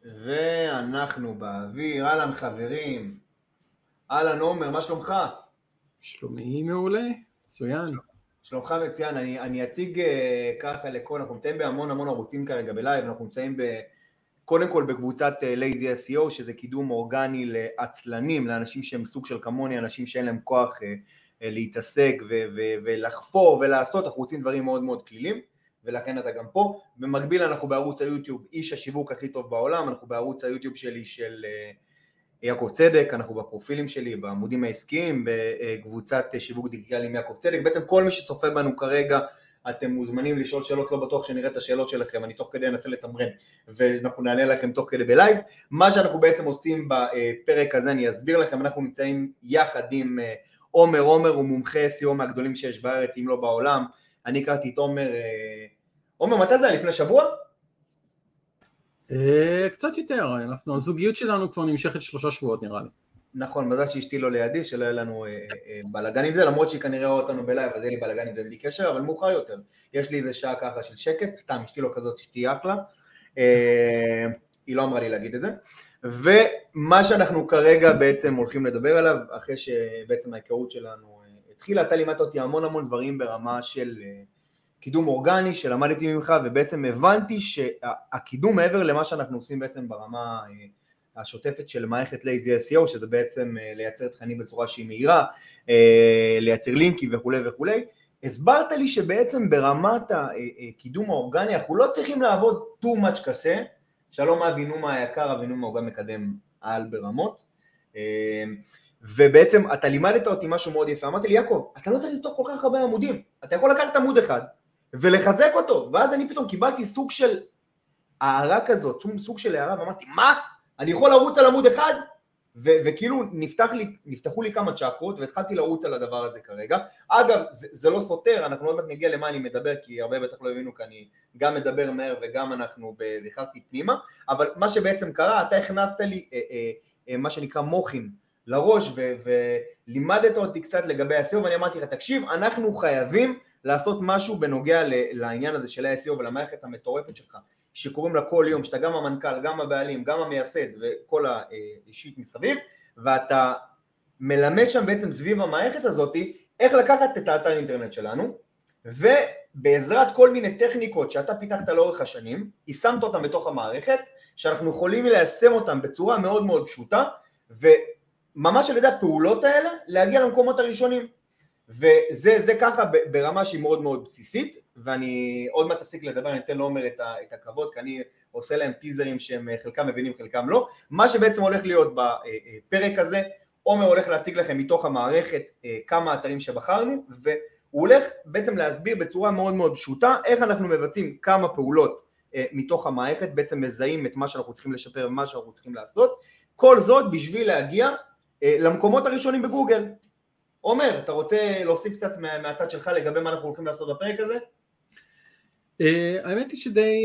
ואנחנו באוויר. אהלן חברים, אהלן עומר, מה שלומך? שלומי מעולה, מצוין. שלומך מצוין. אני אציג ככה אנחנו נמצאים בהמון ערוצים כרגע בלייב. אנחנו נמצאים קודם כל בקבוצת Lazy SEO, שזה קידום אורגני לעצלנים, לאנשים שהם סוג של כמוני, אנשים שאין להם כוח להתעסק ולחפור ולעשות. אנחנו רוצים דברים מאוד כלילים, ולכן אתה גם פה. במקביל אנחנו בערוץ היוטיוב איש השיווק הכי טוב בעולם, אנחנו בערוץ היוטיוב שלי של יעקב צדק, אנחנו בפרופילים שלי, בעמודים העסקיים, בקבוצת שיווק דיגיטלי עם יעקב צדק. בעצם כל מי שצופה בנו כרגע, אתם מוזמנים לשאול שאלות, לא בטוח שנראה את השאלות שלכם, אני תוך כדי אנסה לתמרן, ואנחנו נענה לכם תוך כדי בלייב. מה שאנחנו בעצם עושים בפרק הזה, אני אסביר לכם. אנחנו נמצאים יחד עם עומר. עומר הוא מומחה SEO מהגדולים שיש בארץ, אם לא בעולם. אני הכרתי את עומר, מתי זה היה? לפני שבוע? קצת יותר, הזוגיות שלנו כבר נמשכת 3 שבועות נראה לי. נכון, מזל שאשתי לא לידי, שלא יהיה לנו בלגן עם זה, למרות שהיא כנראה רואה אותנו בלייב, אז יהיה לי בלגן עם זה בלי קשר, אבל מאוחר יותר. יש לי איזה שעה ככה של שקט, סתם, אשתי לא כזאת, אשתי אחלה, היא לא אמרה לי להגיד את זה. ומה שאנחנו כרגע בעצם הולכים לדבר עליו, אחרי שבעצם ההיכרות שלנו התחילה, אתה לימדת אותי המון דברים ברמה של קידום אורגני, שלמדתי ממך, ובעצם הבנתי שהקידום מעבר למה שאנחנו עושים בעצם ברמה השוטפת של מערכת Lazy SEO, שזה בעצם לייצר תכנים בצורה שהיא מהירה, לייצר לינקים וכו'. הסברת לי שבעצם ברמת הקידום האורגני, אנחנו לא צריכים לעבוד too much קשה, שלום אבינו מה היקר, אבינו מה הוא גם מקדם על ברמות, ובעצם אתה לימדת אותי משהו מאוד יפה. אמרתי לי, יעקב, אתה לא צריך לפתוח כל כך הרבה עמודים, אתה יכול לקחת עמוד אחד ולחזק אותו, ואז אני פתאום קיבלתי סוג של הערה כזאת, סוג של הערה, ואמרתי, מה? אני יכול לרוץ על עמוד אחד? וכאילו נפתחו לי כמה צ'קרות, והתחלתי לרוץ על הדבר הזה כרגע. אגב, זה לא סותר, אנחנו עוד מעט נגיע למה אני מדבר, כי הרבה בטח לא הבינו, כי אני גם מדבר מהר וגם אנחנו נכנסתי פנימה, אבל מה שבעצם קרה, אתה הכנסת לי מה שנקרא מוחין לראש, ולימדת אותי קצת לגבי ה-SEO, ואני אמרתי לך, תקשיב, אנחנו חייבים לעשות משהו בנוגע לעניין הזה של ה-SEO ולמערכת המטורפת שלך, שקוראים לה כל יום, שאתה גם המנכ"ל, גם הבעלים, גם המייסד וכל האישית מסביב, ואתה מלמד שם בעצם סביב המערכת הזאת, איך לקחת את האתר אינטרנט שלנו, ובעזרת כל מיני טכניקות שאתה פיתחת לאורך השנים, יישמת אותם בתוך המערכת, שאנחנו יכולים ליישם אותם בצורה מאוד פשוטה, וממש על ידי הפעולות האלה, להגיע למקומות הראשונים. וזה ככה ברמה שהיא מאוד בסיסית, ואני עוד מעט תפסיק לדבר, אני אתן לעומר את הכבוד, כי אני עושה להם טיזרים שהם חלקם מבינים, חלקם לא. מה שבעצם הולך להיות בפרק הזה, עומר הולך להציג לכם מתוך המערכת כמה אתרים שבחרנו, והוא הולך בעצם להסביר בצורה מאוד פשוטה, איך אנחנו מבצעים כמה פעולות מתוך המערכת, בעצם מזהים את מה שאנחנו צריכים לשפר ומה שאנחנו צריכים לעשות, כל זאת בשביל להגיע למקומות הראשונים בגוגל. עומר, אתה רוצה להוסיף קצת מהצד שלך לגבי מה אנחנו הולכים לעשות בפרק הזה? האמת היא שדי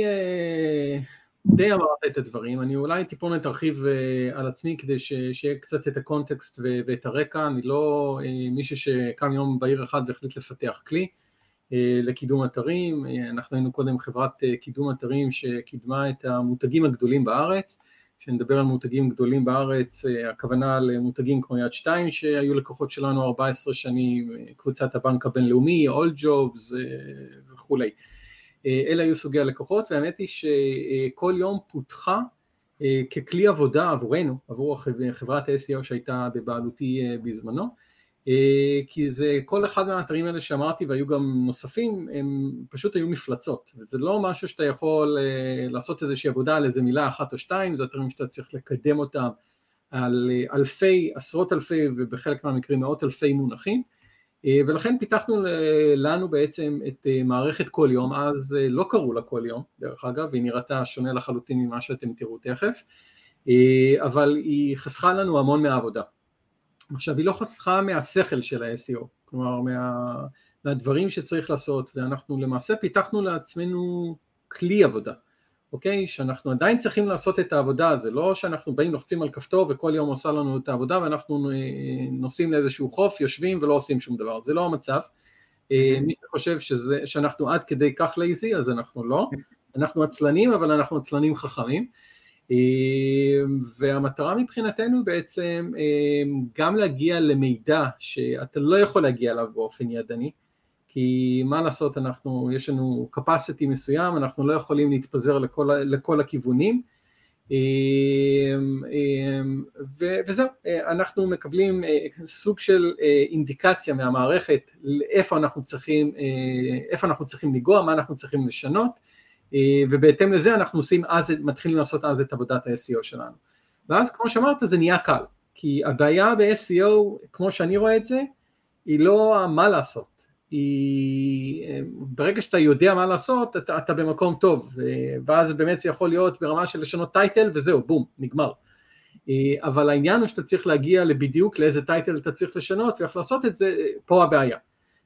אמרת את הדברים. אני אולי טיפונת תרחיב על עצמי כדי שיהיה קצת את הקונטקסט ואת הרקע. אני לא מישהו שקם יום בעיר אחד והחליט לפתח כלי לקידום אתרים. אנחנו היינו קודם חברת קידום אתרים שקידמה את המותגים הגדולים בארץ. כשנדבר על מותגים גדולים בארץ, הכוונה למותגים כמו יד 2 שהיו לקוחות שלנו 14 שנים, קבוצת הבנק הבינלאומי, All Jobs וכולי. אלה היו סוגי הלקוחות, והאמת היא שכל יום פותחה ככלי עבודה עבורנו, עבור חברת SEO שהייתה בבעלותי בזמנו, כי זה כל אחד מהאתרים האלה שאמרתי, והיו גם נוספים, הם פשוט היו מפלצות, וזה לא משהו שאתה יכול לעשות איזושהי עבודה על איזה מילה אחת או שתיים, זה אתרים שאתה צריך לקדם אותם על אלפי, עשרות אלפי, ובחלק מהמקרים מאות אלפי מונחים, ולכן פיתחנו לנו בעצם את מערכת כל יום, אז לא קראו לה כל יום, דרך אגב, והיא נראתה שונה לחלוטין ממה שאתם תראו תכף, אבל היא חסכה לנו המון מהעבודה. עכשיו, היא לא חסכה מהשכל של ה-SEO, כלומר, מהדברים שצריך לעשות, ואנחנו למעשה פיתחנו לעצמנו כלי עבודה, אוקיי? שאנחנו עדיין צריכים לעשות את העבודה, זה לא שאנחנו באים לוחצים על כפתור, וכל יום עושה לנו את העבודה, ואנחנו נוסעים לאיזשהו חוף, יושבים ולא עושים שום דבר, זה לא המצב. מי שחושב שאנחנו עד כדי כך לייזי, אז אנחנו לא, אנחנו עצלנים, אבל אנחנו עצלנים חכמים, והמטרה מבחינתנו בעצם גם להגיע למידע שאתה לא יכול להגיע אליו באופן ידני, כי מה לעשות, יש לנו capacity מסוים, אנחנו לא יכולים להתפזר לכל הכיוונים, וזהו, אנחנו מקבלים סוג של אינדיקציה מהמערכת לאיפה אנחנו צריכים לגוע, מה אנחנו צריכים לשנות, ובהתאם לזה אנחנו מתחילים לעשות אז את עבודת ה-SEO שלנו. ואז כמו שאמרת זה נהיה קל, כי הבעיה ב-SEO, כמו שאני רואה את זה, היא לא מה לעשות, ברגע שאתה יודע מה לעשות, אתה במקום טוב, ואז באמת זה יכול להיות ברמה של לשנות טייטל, וזהו, בום, נגמר. אבל העניין הוא שאתה צריך להגיע בדיוק לאיזה טייטל אתה צריך לשנות, ואיך לעשות את זה, פה הבעיה.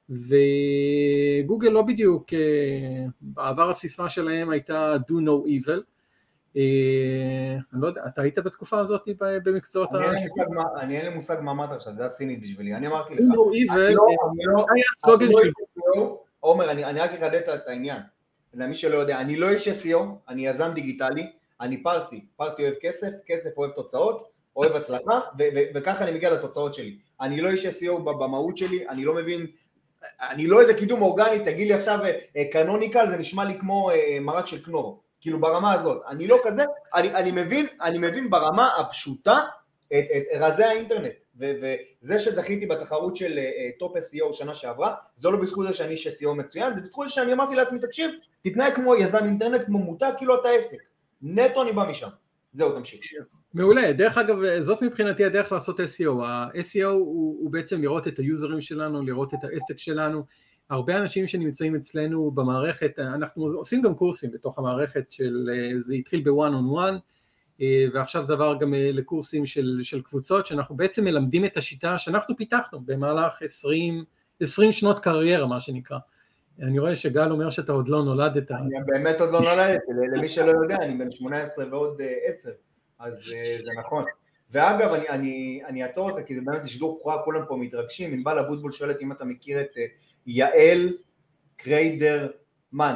וגוגל לא בדיוק, בעבר הסיסמה שלהם הייתה do no evil, אני לא יודע, אתה היית בתקופה הזאת במקצועות אני אין לי מושג מה אמרת עכשיו, זה הסינית בשבילי, אני אמרתי לך, עומר, אני רק אקדט את העניין, למי שלא יודע, אני לא איש SEO, אני יזם דיגיטלי, אני פרסי אוהב כסף, כסף אוהב תוצאות, אוהב הצלחה, וככה אני מגיע לתוצאות שלי, אני לא איש SEO במהות שלי, אני לא מבין, אני לא איזה קידום אורגני, תגיד לי עכשיו קנוניקל, זה נשמע לי כמו מרק של כנור, כאילו ברמה הזאת, אני לא כזה, אני מבין ברמה הפשוטה את רזי האינטרנט, וזה שזכיתי בתחרות של טופ SEO שנה שעברה, זה לא בזכות זה שאני איש SEO מצוין, זה בזכות זה שאני אמרתי לעצמי, תקשיב, תתנהג כמו יזם אינטרנט, כמו מותג, כאילו אתה עסק, נטו אני בא משם, זהו, תמשיך. מעולה, דרך אגב, זאת מבחינתי הדרך לעשות SEO, ה-SEO הוא בעצם לראות את היוזרים שלנו, לראות את העסק שלנו, הרבה אנשים שנמצאים אצלנו במערכת, אנחנו עושים גם קורסים בתוך המערכת, זה התחיל ב-one on one, ועכשיו זה עבר גם לקורסים של קבוצות, שאנחנו בעצם מלמדים את השיטה שאנחנו פיתחנו במהלך 20 שנות קריירה, מה שנקרא. אני רואה שגל אומר שאתה עוד לא נולדת. אני באמת עוד לא נולדת, למי שלא יודע, אני בן 18 ועוד 10, אז זה נכון. ואגב, אני אעצור אותה, כי זה באמת שידור בכורה, כולם פה מתרגשים, ענבל אבוטבול שואלת אם אתה מכיר את יעל קריידרמן.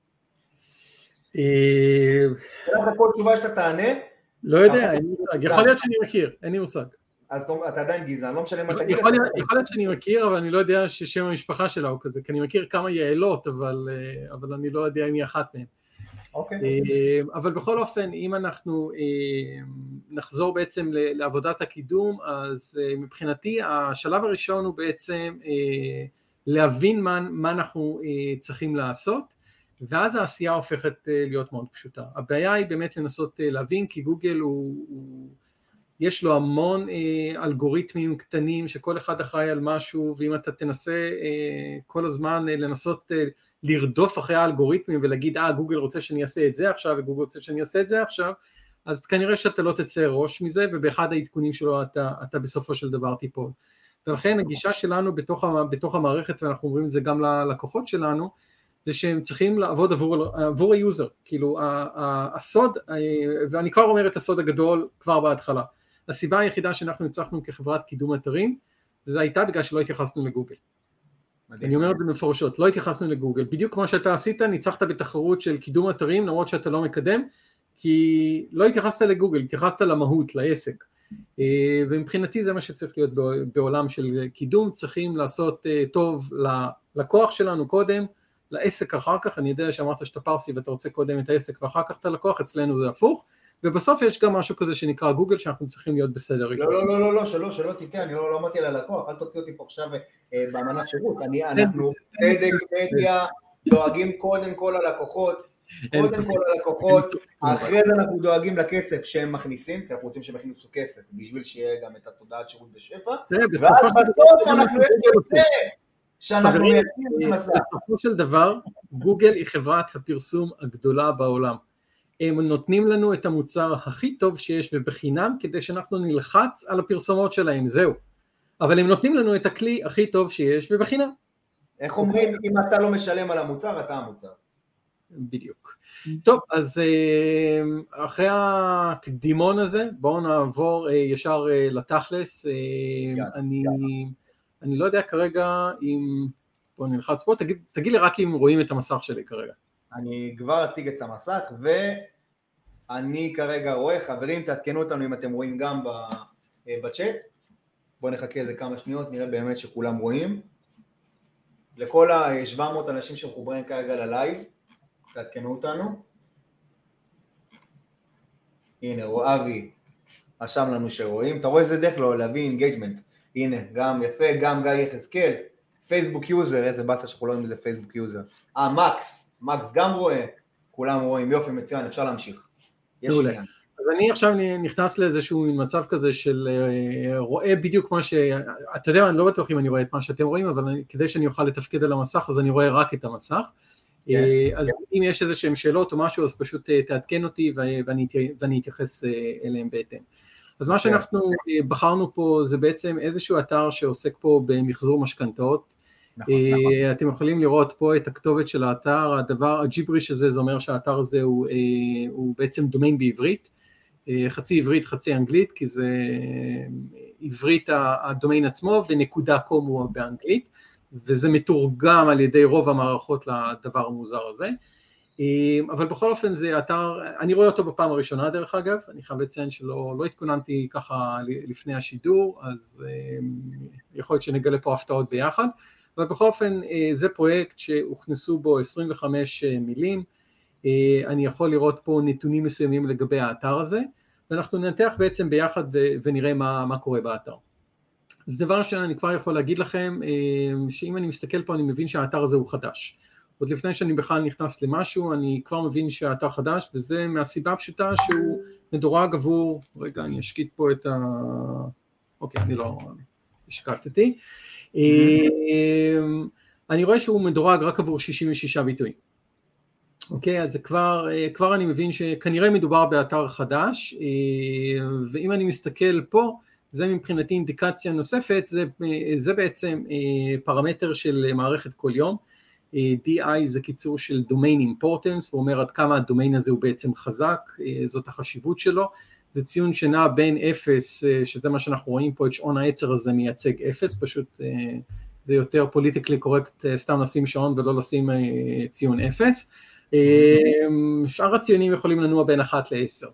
כל תשובה שאתה תענה? לא יודע, יכול להיות שאני מכיר, אין לי מושג. אז אתה עדיין גזען, לא משנה מה תגיד. יכול להיות שאני מכיר, אבל אני לא יודע ששם המשפחה שלה הוא כזה, כי אני מכיר כמה יעלות, אבל אני לא יודע אם היא אחת מהן. אבל בכל אופן, אם אנחנו נחזור בעצם לעבודת הקידום, אז מבחינתי השלב הראשון הוא בעצם להבין מה אנחנו צריכים לעשות, ואז העשייה הופכת להיות מאוד פשוטה. הבעיה היא באמת לנסות להבין, כי גוגל יש לו המון אלגוריתמים קטנים שכל אחד אחראי על משהו, ואם אתה תנסה כל הזמן לנסות לרדוף אחרי האלגוריתמים ולהגיד גוגל רוצה שאני אעשה את זה עכשיו וגוגל רוצה שאני אעשה את זה עכשיו, אז כנראה שאתה לא תצא ראש מזה, ובאחד העדכונים שלו אתה בסופו של דבר תיפול. ולכן הגישה שלנו בתוך המערכת, ואנחנו אומרים את זה גם ללקוחות שלנו, זה שהם צריכים לעבוד עבור היוזר, כאילו הסוד, ואני כבר אומר את הסוד הגדול כבר בהתחלה, הסיבה היחידה שאנחנו הצלחנו כחברת קידום אתרים, זה הייתה בגלל שלא התייחסנו לגוגל. אני אומר את זה מפורשות, לא התייחסנו לגוגל, בדיוק כמו שאתה עשית, ניצחת בתחרות של קידום אתרים, למרות שאתה לא מקדם, כי לא התייחסת לגוגל, התייחסת למהות, לעסק, ומבחינתי זה מה שצריך להיות בעולם של קידום, צריכים לעשות טוב ללקוח שלנו קודם, לעסק אחר כך, אני יודע שאמרת שאתה פרסי ואתה רוצה קודם את העסק ואחר כך את הלקוח, אצלנו זה הפוך, ובסוף יש גם משהו כזה שנקרא גוגל, שאנחנו צריכים להיות בסדר. לא, שלא תיתן, אני לא אמרתי ללקוח, אל תוציא אותי פה עכשיו באמנת שירות, אנחנו צדק מדיה, דואגים קודם כל ללקוחות, אחרי זה אנחנו דואגים לכסף שהם מכניסים, כי אנחנו רוצים שהם יכניסו כסף, בשביל שיהיה גם את התודעת שירות בשפע, ואז בסוף אנחנו יוצא, שאנחנו יוצאים במסע. בסופו של דבר, גוגל היא חברת הפרסום הגדולה בעולם. הם נותנים לנו את המוצר הכי טוב שיש ובחינם, כדי שאנחנו נלחץ על הפרסומות שלהם, זהו. אבל הם נותנים לנו את הכלי הכי טוב שיש ובחינם. איך אומרים, אם אתה לא משלם על המוצר, אתה המוצר. בדיוק. טוב, אז אחרי הקדימון הזה, בואו נעבור ישר לתכלס. אני לא יודע כרגע אם... בואו נלחץ פה, תגיד לי רק אם רואים את המסך שלי כרגע. אני כבר אציג את המסך, אני כרגע רואה, חברים תעדכנו אותנו אם אתם רואים גם בצ'אט, בואו נחכה איזה כמה שניות, נראה באמת שכולם רואים. לכל ה-700 אנשים שמחוברים כרגע ללייב, תעדכנו אותנו. הנה, אבי רשם לנו שרואים, אתה רואה איזה דרך לא להביא אינגייג'מנט, הנה, גם יפה, גם גיא יחזקאל, פייסבוק יוזר, איזה באסה שאנחנו לא רואים איזה פייסבוק יוזר, מקס גם רואה, כולם רואים, יופי מצוין, אפשר להמשיך. יש עניין. אז אני עכשיו נכנס לאיזשהו מצב כזה של רואה בדיוק מה אתה יודע, אני לא בטוח אם אני רואה את מה שאתם רואים, אבל כדי שאני אוכל לתפקד על המסך, אז אני רואה רק את המסך. אז אם יש איזה שהם שאלות או משהו, אז פשוט תעדכן אותי ואני אתייחס אליהם בהתאם. אז מה שאנחנו בחרנו פה זה בעצם איזשהו אתר שעוסק פה במחזור משכנתאות. אתם יכולים לראות פה את הכתובת של האתר, הג'יבריש הזה, זה אומר שהאתר הזה הוא בעצם דומיין בעברית, חצי עברית חצי אנגלית, כי זה עברית הדומיין עצמו ונקודה קום הוא באנגלית, וזה מתורגם על ידי רוב המערכות לדבר המוזר הזה. אבל בכל אופן זה אתר, אני רואה אותו בפעם הראשונה דרך אגב, אני חייב לציין שלא התכוננתי ככה לפני השידור, אז יכול להיות שנגלה פה הפתעות ביחד, אבל בכל אופן זה פרויקט שהוכנסו בו 25 מילים, אני יכול לראות פה נתונים מסוימים לגבי האתר הזה, ואנחנו ננתח בעצם ביחד ונראה מה קורה באתר. אז דבר שאני כבר יכול להגיד לכם, שאם אני מסתכל פה אני מבין שהאתר הזה הוא חדש. עוד לפני שאני בכלל נכנס למשהו, אני כבר מבין שהאתר חדש, וזה מהסיבה הפשוטה שהוא מדורג עבור, רגע אני אשקיט פה את אוקיי, אני לא השקטתי. אני רואה שהוא מדורג רק עבור 66 ביטויים. אוקיי, אז כבר אני מבין שכנראה מדובר באתר חדש, ואם אני מסתכל פה, זה מבחינתי אינדיקציה נוספת, זה בעצם פרמטר של מערכת כל יום, DI זה קיצור של Domain Importance, הוא אומר עד כמה הדומיין הזה הוא בעצם חזק, זאת החשיבות שלו, זה ציון שנע בין 0, שזה מה שאנחנו רואים פה, את שעון העצר הזה מייצג 0, פשוט זה יותר פוליטיקלי קורקט, סתם לשים שעון ולא לשים ציון 0, שאר הציונים יכולים לנוע בין 1 ל-10,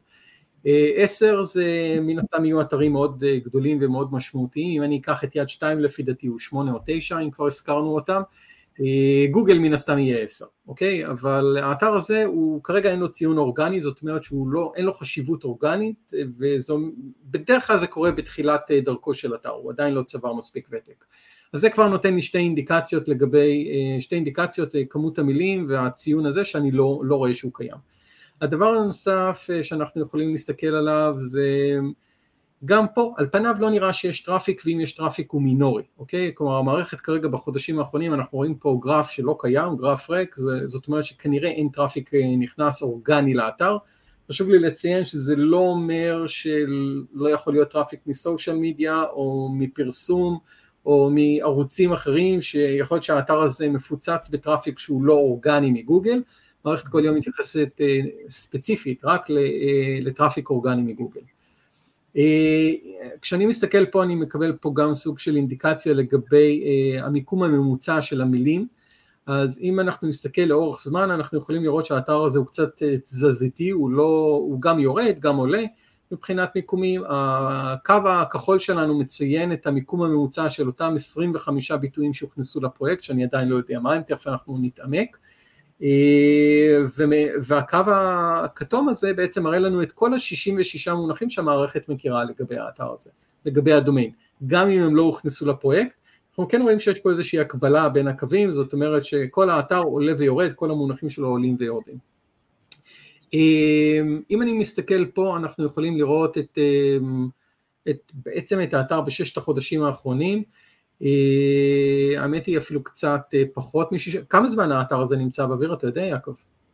10 זה מן הסתם יהיו אתרים מאוד גדולים ומאוד משמעותיים, אם אני אקח את יד 2 לפי דעתי הוא 8 או 9, אם כבר הזכרנו אותם, גוגל מן הסתם יהיה 10, אוקיי? אבל האתר הזה הוא כרגע אין לו ציון אורגני, זאת אומרת אין לו חשיבות אורגנית, ובדרך כלל זה קורה בתחילת דרכו של אתר, הוא עדיין לא צבר מספיק ותק. אז זה כבר נותן לי שתי אינדיקציות כמות המילים והציון הזה שאני לא רואה שהוא קיים. הדבר הנוסף שאנחנו יכולים להסתכל עליו זה גם פה, על פניו לא נראה שיש טראפיק, ואם יש טראפיק הוא מינורי, אוקיי? כלומר המערכת כרגע בחודשים האחרונים אנחנו רואים פה גרף שלא קיים, גרף ריק, זאת אומרת שכנראה אין טראפיק נכנס אורגני לאתר, חשוב לי לציין שזה לא אומר שלא יכול להיות טראפיק מסושיאל מדיה או מפרסום או מערוצים אחרים, שיכול להיות שהאתר הזה מפוצץ בטראפיק שהוא לא אורגני מגוגל, מערכת כל יום מתייחסת ספציפית רק לטראפיק אורגני מגוגל. כשאני מסתכל פה אני מקבל פה גם סוג של אינדיקציה לגבי המיקום הממוצע של המילים, אז אם אנחנו נסתכל לאורך זמן אנחנו יכולים לראות שהאתר הזה הוא קצת תזזיתי, הוא גם יורד גם עולה מבחינת מיקומים, הקו הכחול שלנו מציין את המיקום הממוצע של אותם 25 ביטויים שהוכנסו לפרויקט, שאני עדיין לא יודע מה הם, תכף אנחנו נתעמק, והקו הכתום הזה בעצם מראה לנו את כל ה-66 מונחים שהמערכת מכירה לגבי האתר הזה, לגבי הדומיין, גם אם הם לא הוכנסו לפרויקט, אנחנו כן רואים שיש פה איזושהי הקבלה בין הקווים, זאת אומרת שכל האתר עולה ויורד, כל המונחים שלו עולים ויורדים. אם אני מסתכל פה אנחנו יכולים לראות בעצם את האתר בששת החודשים האחרונים, האמת היא אפילו קצת פחות כמה זמן האתר הזה נמצא באוויר, אתה יודע יעקב?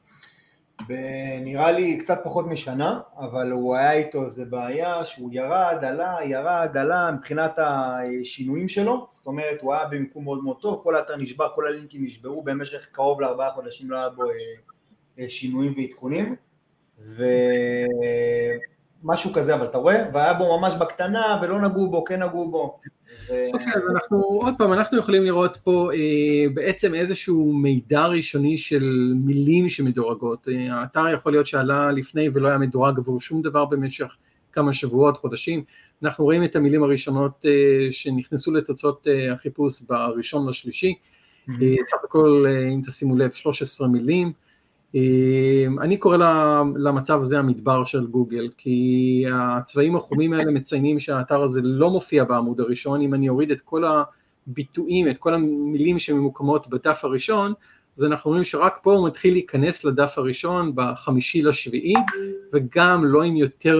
נראה לי קצת פחות משנה, אבל הוא היה איתו זה בעיה שהוא ירד, עלה מבחינת השינויים שלו, זאת אומרת הוא היה במיקום מאוד מאוד טוב, כל האתר נשבר, כל הלינקים נשברו, במשך קרוב ל4 חודשים לא היה בו שינויים ועדכונים, משהו כזה, אבל אתה רואה? והיה בו ממש בקטנה, ולא נגעו בו, כן נגעו בו. אוקיי, אז עוד פעם, אנחנו יכולים לראות פה בעצם איזשהו מידע ראשוני של מילים שמדורגות. האתר יכול להיות שעלה לפני ולא היה מדורג עבור שום דבר במשך כמה שבועות, חודשים. אנחנו רואים את המילים הראשונות שנכנסו לתוצאות החיפוש בראשון לשלישי. סך הכל, אם תשימו לב, 13 מילים. אני קורא למצב הזה המדבר של גוגל, כי הצבעים החומים האלה מציינים שהאתר הזה לא מופיע בעמוד הראשון. אם אני אוריד את כל הביטויים, את כל המילים שממוקמות בדף הראשון, אז אנחנו רואים שרק פה הוא מתחיל להיכנס לדף הראשון בחמישי לשביעי, וגם לא עם יותר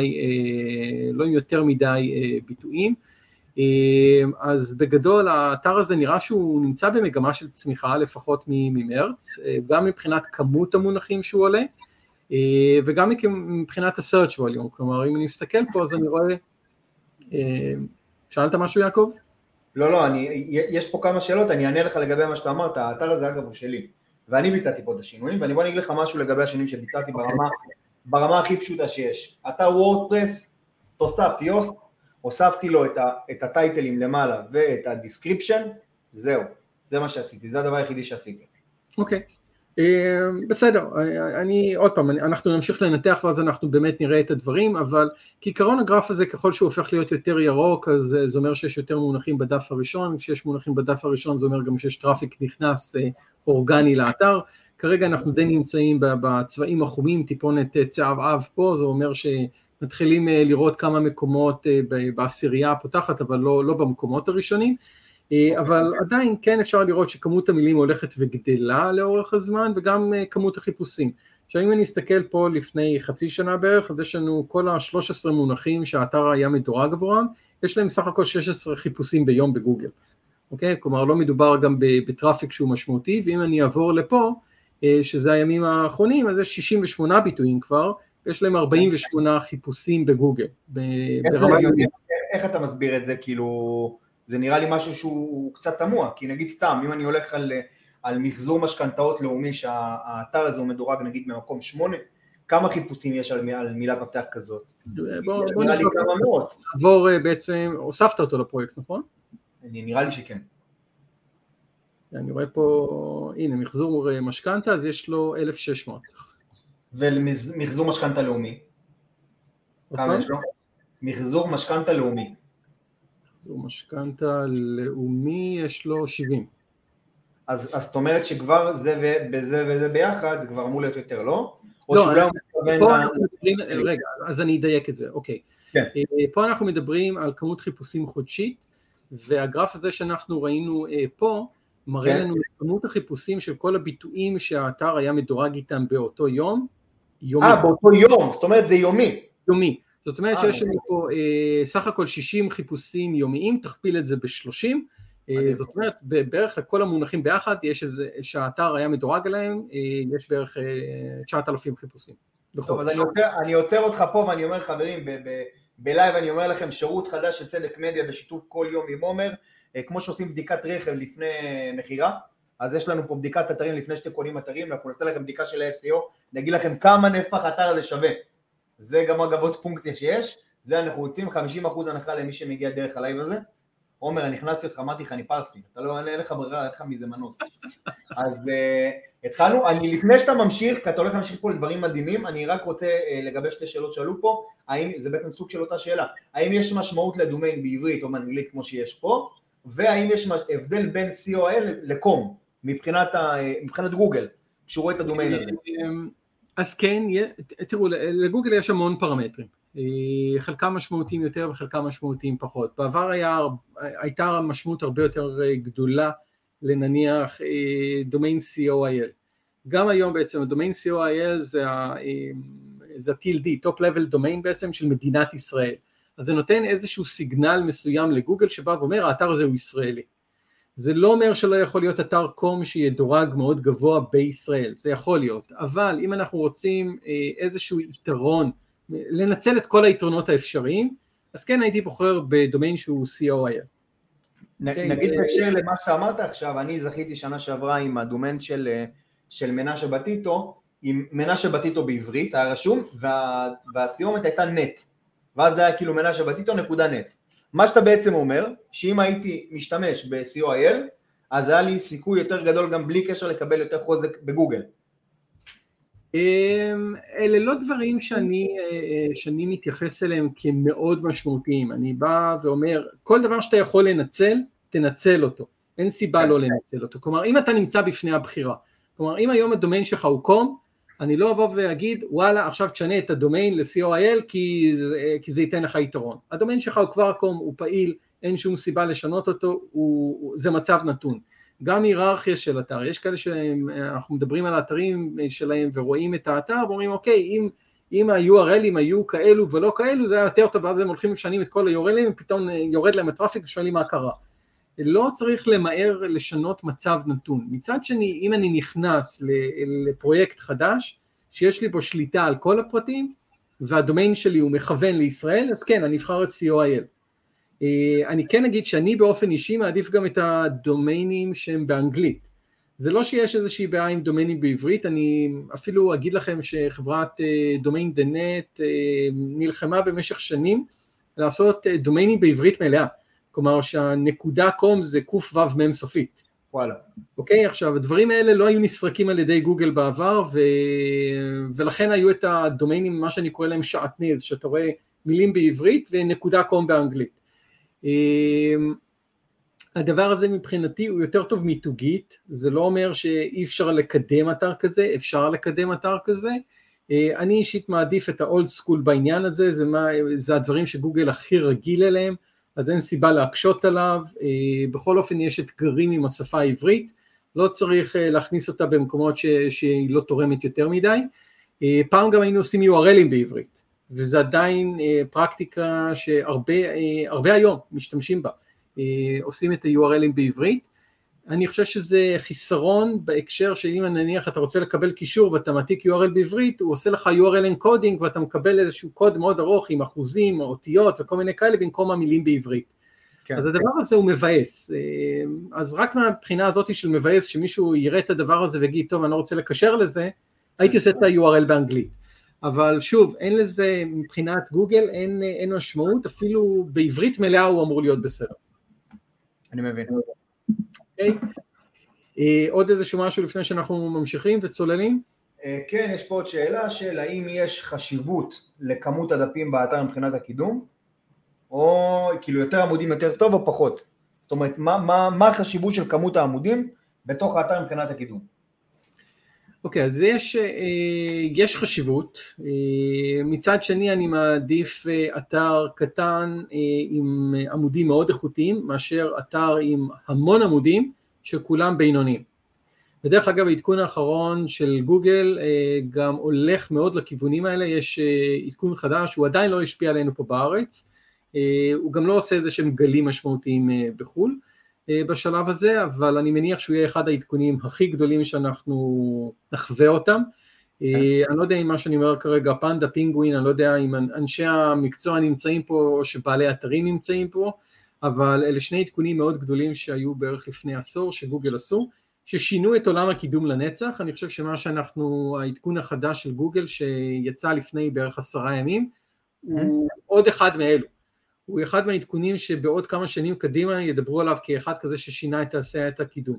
מדי ביטויים. אז בגדול האתר הזה נראה שהוא נמצא במגמה של צמיחה לפחות ממרץ, גם מבחינת כמות המונחים שהוא עולה, וגם מבחינת ה-search volume. כלומר, אם אני מסתכל פה אז אני רואה, שאלת משהו יעקב? לא, יש פה כמה שאלות, אני אענה לך לגבי מה שאתה אמרת. האתר הזה אגב הוא שלי, ואני ביצעתי פה את השינויים, ואני אגיד לך משהו לגבי השינויים שביצעתי ברמה הכי פשוטה שיש. אתר וורדפרס, תוסף יוסט, הוספתי לו את הטייטלים למעלה ואת הדיסקריפשן, זהו, זה מה שעשיתי, זה הדבר היחידי שעשיתי. אוקיי, בסדר, עוד פעם, אנחנו נמשיך לנתח ואז אנחנו באמת נראה את הדברים, אבל כעיקרון הגרף הזה ככל שהוא הופך להיות יותר ירוק, אז זה אומר שיש יותר מונחים בדף הראשון, כשיש מונחים בדף הראשון זה אומר גם שיש טראפיק נכנס אורגני לאתר. כרגע אנחנו די נמצאים בצבעים החומים, טיפונת צהוב פה, זה אומר מתחילים לראות כמה מקומות בעשירייה הפותחת, אבל לא במקומות הראשונים, אבל עדיין כן אפשר לראות שכמות המילים הולכת וגדלה לאורך הזמן, וגם כמות החיפושים. עכשיו אם אני אסתכל פה לפני חצי שנה בערך, אז יש לנו כל ה-13 מונחים שהאתר היה מדורג עבורם, יש להם סך הכל 16 חיפושים ביום בגוגל, אוקיי? כלומר לא מדובר גם בטראפיק שהוא משמעותי, ואם אני אעבור לפה, שזה הימים האחרונים, אז יש 68 ביטויים כבר, יש להם 48 חיפושים בגוגל. איך אתה מסביר את זה? כאילו, זה נראה לי משהו שהוא קצת תמוה, כי נגיד סתם, אם אני הולך על מחזור משכנתאות לאומי, שהאתר הזה הוא מדורג נגיד ממקום 8, כמה חיפושים יש על מילת מפתח כזאת? בוא נעבור בעצם, הוספת אותו לפרויקט, נכון? נראה לי שכן. אני רואה פה, הנה, מחזור משכנתה, אז יש לו 1,600. ומחזור משכנתה לאומי? כמה יש לו? מחזור משכנתה לאומי. מחזור משכנתה לאומי יש לו 70. אז זאת אומרת שכבר זה וזה ביחד, זה כבר אמור להיות יותר, לא? לא, רגע, אז אני אדייק את זה, אוקיי. פה אנחנו מדברים על כמות חיפושים חודשית, והגרף הזה שאנחנו ראינו פה, מראה לנו את כמות החיפושים של כל הביטויים שהאתר היה מדורג איתם באותו יום. באותו יום, זאת אומרת זה יומי. יומי, זאת אומרת שיש לנו פה סך הכל 60 חיפושים יומיים, תכפיל את זה ב-30, זאת אומרת בערך לכל המונחים ביחד, יש איזה שהאתר היה מדורג עליהם, יש בערך 9,000 חיפושים. טוב, אז אני עוצר אותך פה ואני אומר חברים, בלייב אני אומר לכם שירות חדש של צדק מדיה בשיתוף כל יום עם עומר, כמו שעושים בדיקת רכב לפני מחירה, אז יש לנו פה בדיקת אתרים לפני שאתם קונים אתרים, אנחנו נעשה לכם בדיקה של ה-SEO, נגיד לכם כמה נפח אתר הזה שווה, זה גם אגב עוד פונקציה שיש, זה אנחנו רוצים 50% הנחה למי שמגיע דרך הלייב הזה. עומר, אני הכנסתי אותך, אמרתי לך, אני פרסי, אתה לא, אין לך ברירה, אין לך מזה מנוס. אז התחלנו, לפני שאתה ממשיך, כי אתה הולך להמשיך פה לדברים מדהימים, אני רק רוצה לגבי שתי שאלות שעלו פה, האם, זה בעצם סוג של אותה שאלה, האם יש משמעות לדומיין בעברית או באנגלית כמו שיש פה, והאם יש הבדל בין COIL לקום, מבחינת גוגל, כשהוא רואה את הדומיין הזה? אז כן, תראו, לגוגל יש המון פרמטרים, חלקם משמעותיים יותר וחלקם משמעותיים פחות. בעבר הייתה משמעות הרבה יותר גדולה לנניח דומיין COIL. גם היום בעצם הדומיין COIL זה ה-TLD, Top Level Domain בעצם של מדינת ישראל. אז זה נותן איזשהו סיגנל מסוים לגוגל שבא ואומר האתר הזה הוא ישראלי. זה לא אומר שלא יכול להיות אתר קום שידורג מאוד גבוה בישראל, זה יכול להיות, אבל אם אנחנו רוצים איזשהו יתרון, לנצל את כל היתרונות האפשריים, אז כן הייתי בוחר בדומיין שהוא COIL. נגיד בהקשר למה שאמרת עכשיו, אני זכיתי שנה שעברה עם הדומיין של מנשה בטיטו, עם מנשה בטיטו בעברית, היה רשום, והסיומת הייתה נט, ואז זה היה כאילו מנשה בטיטו נקודה נט. מה שאתה בעצם אומר, שאם הייתי משתמש ב-COIL, אז היה לי סיכוי יותר גדול גם בלי קשר לקבל יותר חוזק בגוגל. אלה לא דברים שאני מתייחס אליהם כמאוד משמעותיים. אני בא ואומר, כל דבר שאתה יכול לנצל, תנצל אותו. אין סיבה לא לנצל אותו. כלומר, אם אתה נמצא בפני הבחירה, כלומר, אם היום הדומיין שלך הוא קום, אני לא אבוא ואגיד, וואלה, עכשיו תשנה את הדומיין ל-COIL, כי זה ייתן לך יתרון. הדומיין שלך הוא כבר קום, הוא פעיל, אין שום סיבה לשנות אותו, זה מצב נתון. גם היררכיה של אתר, יש כאלה שאנחנו מדברים על האתרים שלהם ורואים את האתר ואומרים אוקיי, אם ה-URLים היו כאלו ולא כאלו זה היה יותר טוב, ואז הם הולכים לשנים את כל ה-URLים ופתאום יורד להם הטראפיק ושואלים מה קרה. לא צריך למהר לשנות מצב נתון. מצד שני, אם אני נכנס לפרויקט חדש שיש לי בו שליטה על כל הפרטים והדומיין שלי הוא מכוון לישראל, אז כן, אני אבחר את COIL. אני כן אגיד שאני באופן אישי מעדיף גם את הדומיינים שהם באנגלית. זה לא שיש איזושהי בעיה עם דומיינים בעברית, אני אפילו אגיד לכם שחברת דומיין דנט נלחמה במשך שנים לעשות דומיינים בעברית מלאה, כלומר שהנקודה קום זה קוף וו מם סופית. וואלה. אוקיי, עכשיו הדברים האלה לא היו נסרקים על ידי גוגל בעבר, ולכן היו את הדומיינים, מה שאני קורא להם שעטנז, שאתה רואה מילים בעברית ונקודה קום באנגלית. הדבר הזה מבחינתי הוא יותר טוב מיתוגית, זה לא אומר שאי אפשר לקדם אתר כזה, אפשר לקדם אתר כזה, אני אישית מעדיף את האולד סקול בעניין הזה, זה הדברים שגוגל הכי רגיל אליהם, אז אין סיבה להקשות עליו, בכל אופן יש אתגרים עם השפה העברית, לא צריך להכניס אותה במקומות שהיא לא תורמת יותר מדי, פעם גם היינו עושים URLים בעברית, וזה עדיין פרקטיקה שהרבה היום משתמשים בה, עושים את ה-URLים בעברית, אני חושב שזה חיסרון בהקשר שאם נניח אתה רוצה לקבל קישור ואתה מעתיק URL בעברית, הוא עושה לך URL encoding ואתה מקבל איזשהו קוד מאוד ארוך עם אחוזים או אותיות וכל מיני כאלה במקום המילים בעברית. כן. אז הדבר הזה הוא מבאס, אז רק מהבחינה הזאת של מבאס שמישהו יראה את הדבר הזה ויגיד טוב אני לא רוצה לקשר לזה, הייתי עושה את ה-URL באנגלית. אבל שוב, אין לזה מבחינת גוגל, אין משמעות, אפילו בעברית מלאה הוא אמור להיות בסדר. אני מבין. אוקיי. עוד איזשהו משהו לפני שאנחנו ממשיכים וצוללים? כן, יש פה עוד שאלה של האם יש חשיבות לכמות הדפים באתר מבחינת הקידום, או כאילו יותר עמודים יותר טוב או פחות? זאת אומרת, מה החשיבות של כמות העמודים בתוך האתר מבחינת הקידום? אוקיי, אז יש חשיבות, מצד שני אני מעדיף אתר קטן עם עמודים מאוד איכותיים, מאשר אתר עם המון עמודים שכולם בינוניים. בדרך אגב העדכון האחרון של גוגל גם הולך מאוד לכיוונים האלה, יש עדכון חדש, הוא עדיין לא השפיע עלינו פה בארץ, הוא גם לא עושה איזה שהם גלים משמעותיים בחול, בשלב הזה, אבל אני מניח שהוא יהיה אחד העדכונים הכי גדולים שאנחנו נחווה אותם. אני לא יודע אם מה שאני אומר כרגע, פנדה, פינגווין, אני לא יודע אם אנשי המקצוע נמצאים פה, או שבעלי אתרים נמצאים פה, אבל אלה שני עדכונים מאוד גדולים שהיו בערך לפני עשור, שגוגל עשו, ששינו את עולם הקידום לנצח. אני חושב שמה שאנחנו, העדכון החדש של גוגל, שיצא לפני בערך 10 ימים, הוא עוד אחד מאלו. הוא אחד מהעדכונים שבעוד כמה שנים קדימה ידברו עליו כאחד כזה ששינה את תעשיית הקידום.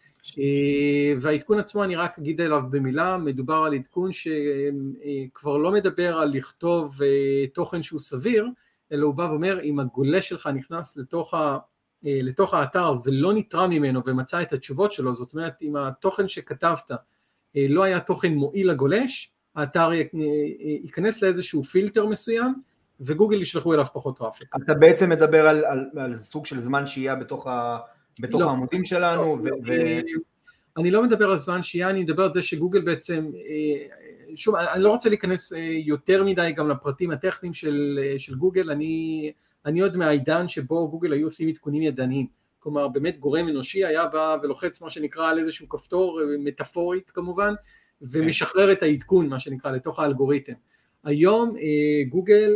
והעדכון עצמו אני רק אגיד עליו במילה, מדובר על עדכון שכבר לא מדבר על לכתוב תוכן שהוא סביר, אלא הוא בא ואומר אם הגולש שלך נכנס לתוך האתר ולא נתרם ממנו ומצא את התשובות שלו, זאת אומרת אם התוכן שכתבת לא היה תוכן מועיל לגולש, האתר ייכנס לאיזשהו פילטר מסוים, וגוגל ישלחו אליו פחות טראפיק. אתה בעצם מדבר על סוג של זמן שהייה בתוך העמודים שלנו? אני לא מדבר על זמן שהייה, אני מדבר על זה שגוגל בעצם, שוב, אני לא רוצה להיכנס יותר מדי גם לפרטים הטכניים של גוגל, אני עוד מהעידן שבו גוגל היו עושים עדכונים ידניים, כלומר באמת גורם אנושי היה בא ולוחץ מה שנקרא על איזשהו כפתור, מטאפורית כמובן, ומשחרר את העדכון מה שנקרא לתוך האלגוריתם. היום גוגל,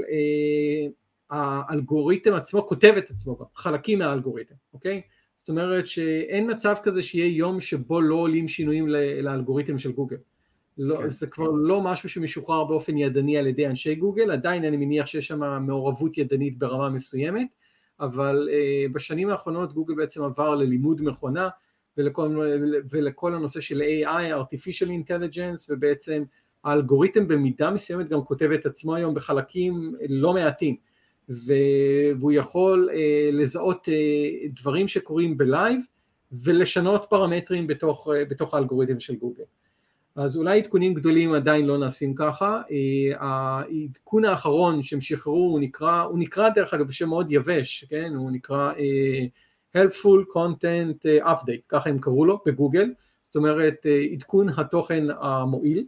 האלגוריתם עצמו כותב את עצמו, חלקים מהאלגוריתם, אוקיי? זאת אומרת שאין מצב כזה שיהיה יום שבו לא עולים שינויים לאלגוריתם של גוגל. לא, זה כבר לא משהו שמשוחרר באופן ידני על ידי אנשי גוגל, עדיין אני מניח שיש שם מעורבות ידנית ברמה מסוימת, אבל בשנים האחרונות גוגל בעצם עבר ללימוד מכונה, ולכל הנושא של AI, artificial intelligence, ובעצם האלגוריתם במידה מסוימת גם כותב את עצמו היום בחלקים לא מעטים, והוא יכול לזהות דברים שקורים בלייב, ולשנות פרמטרים בתוך האלגוריתם של גוגל. אז אולי עדכונים גדולים עדיין לא נעשים ככה, העדכון האחרון שהם שחררו הוא נקרא דרך אגב בשם מאוד יבש, כן? הוא נקרא Helpful Content Update, ככה הם קראו לו בגוגל, זאת אומרת עדכון התוכן המועיל,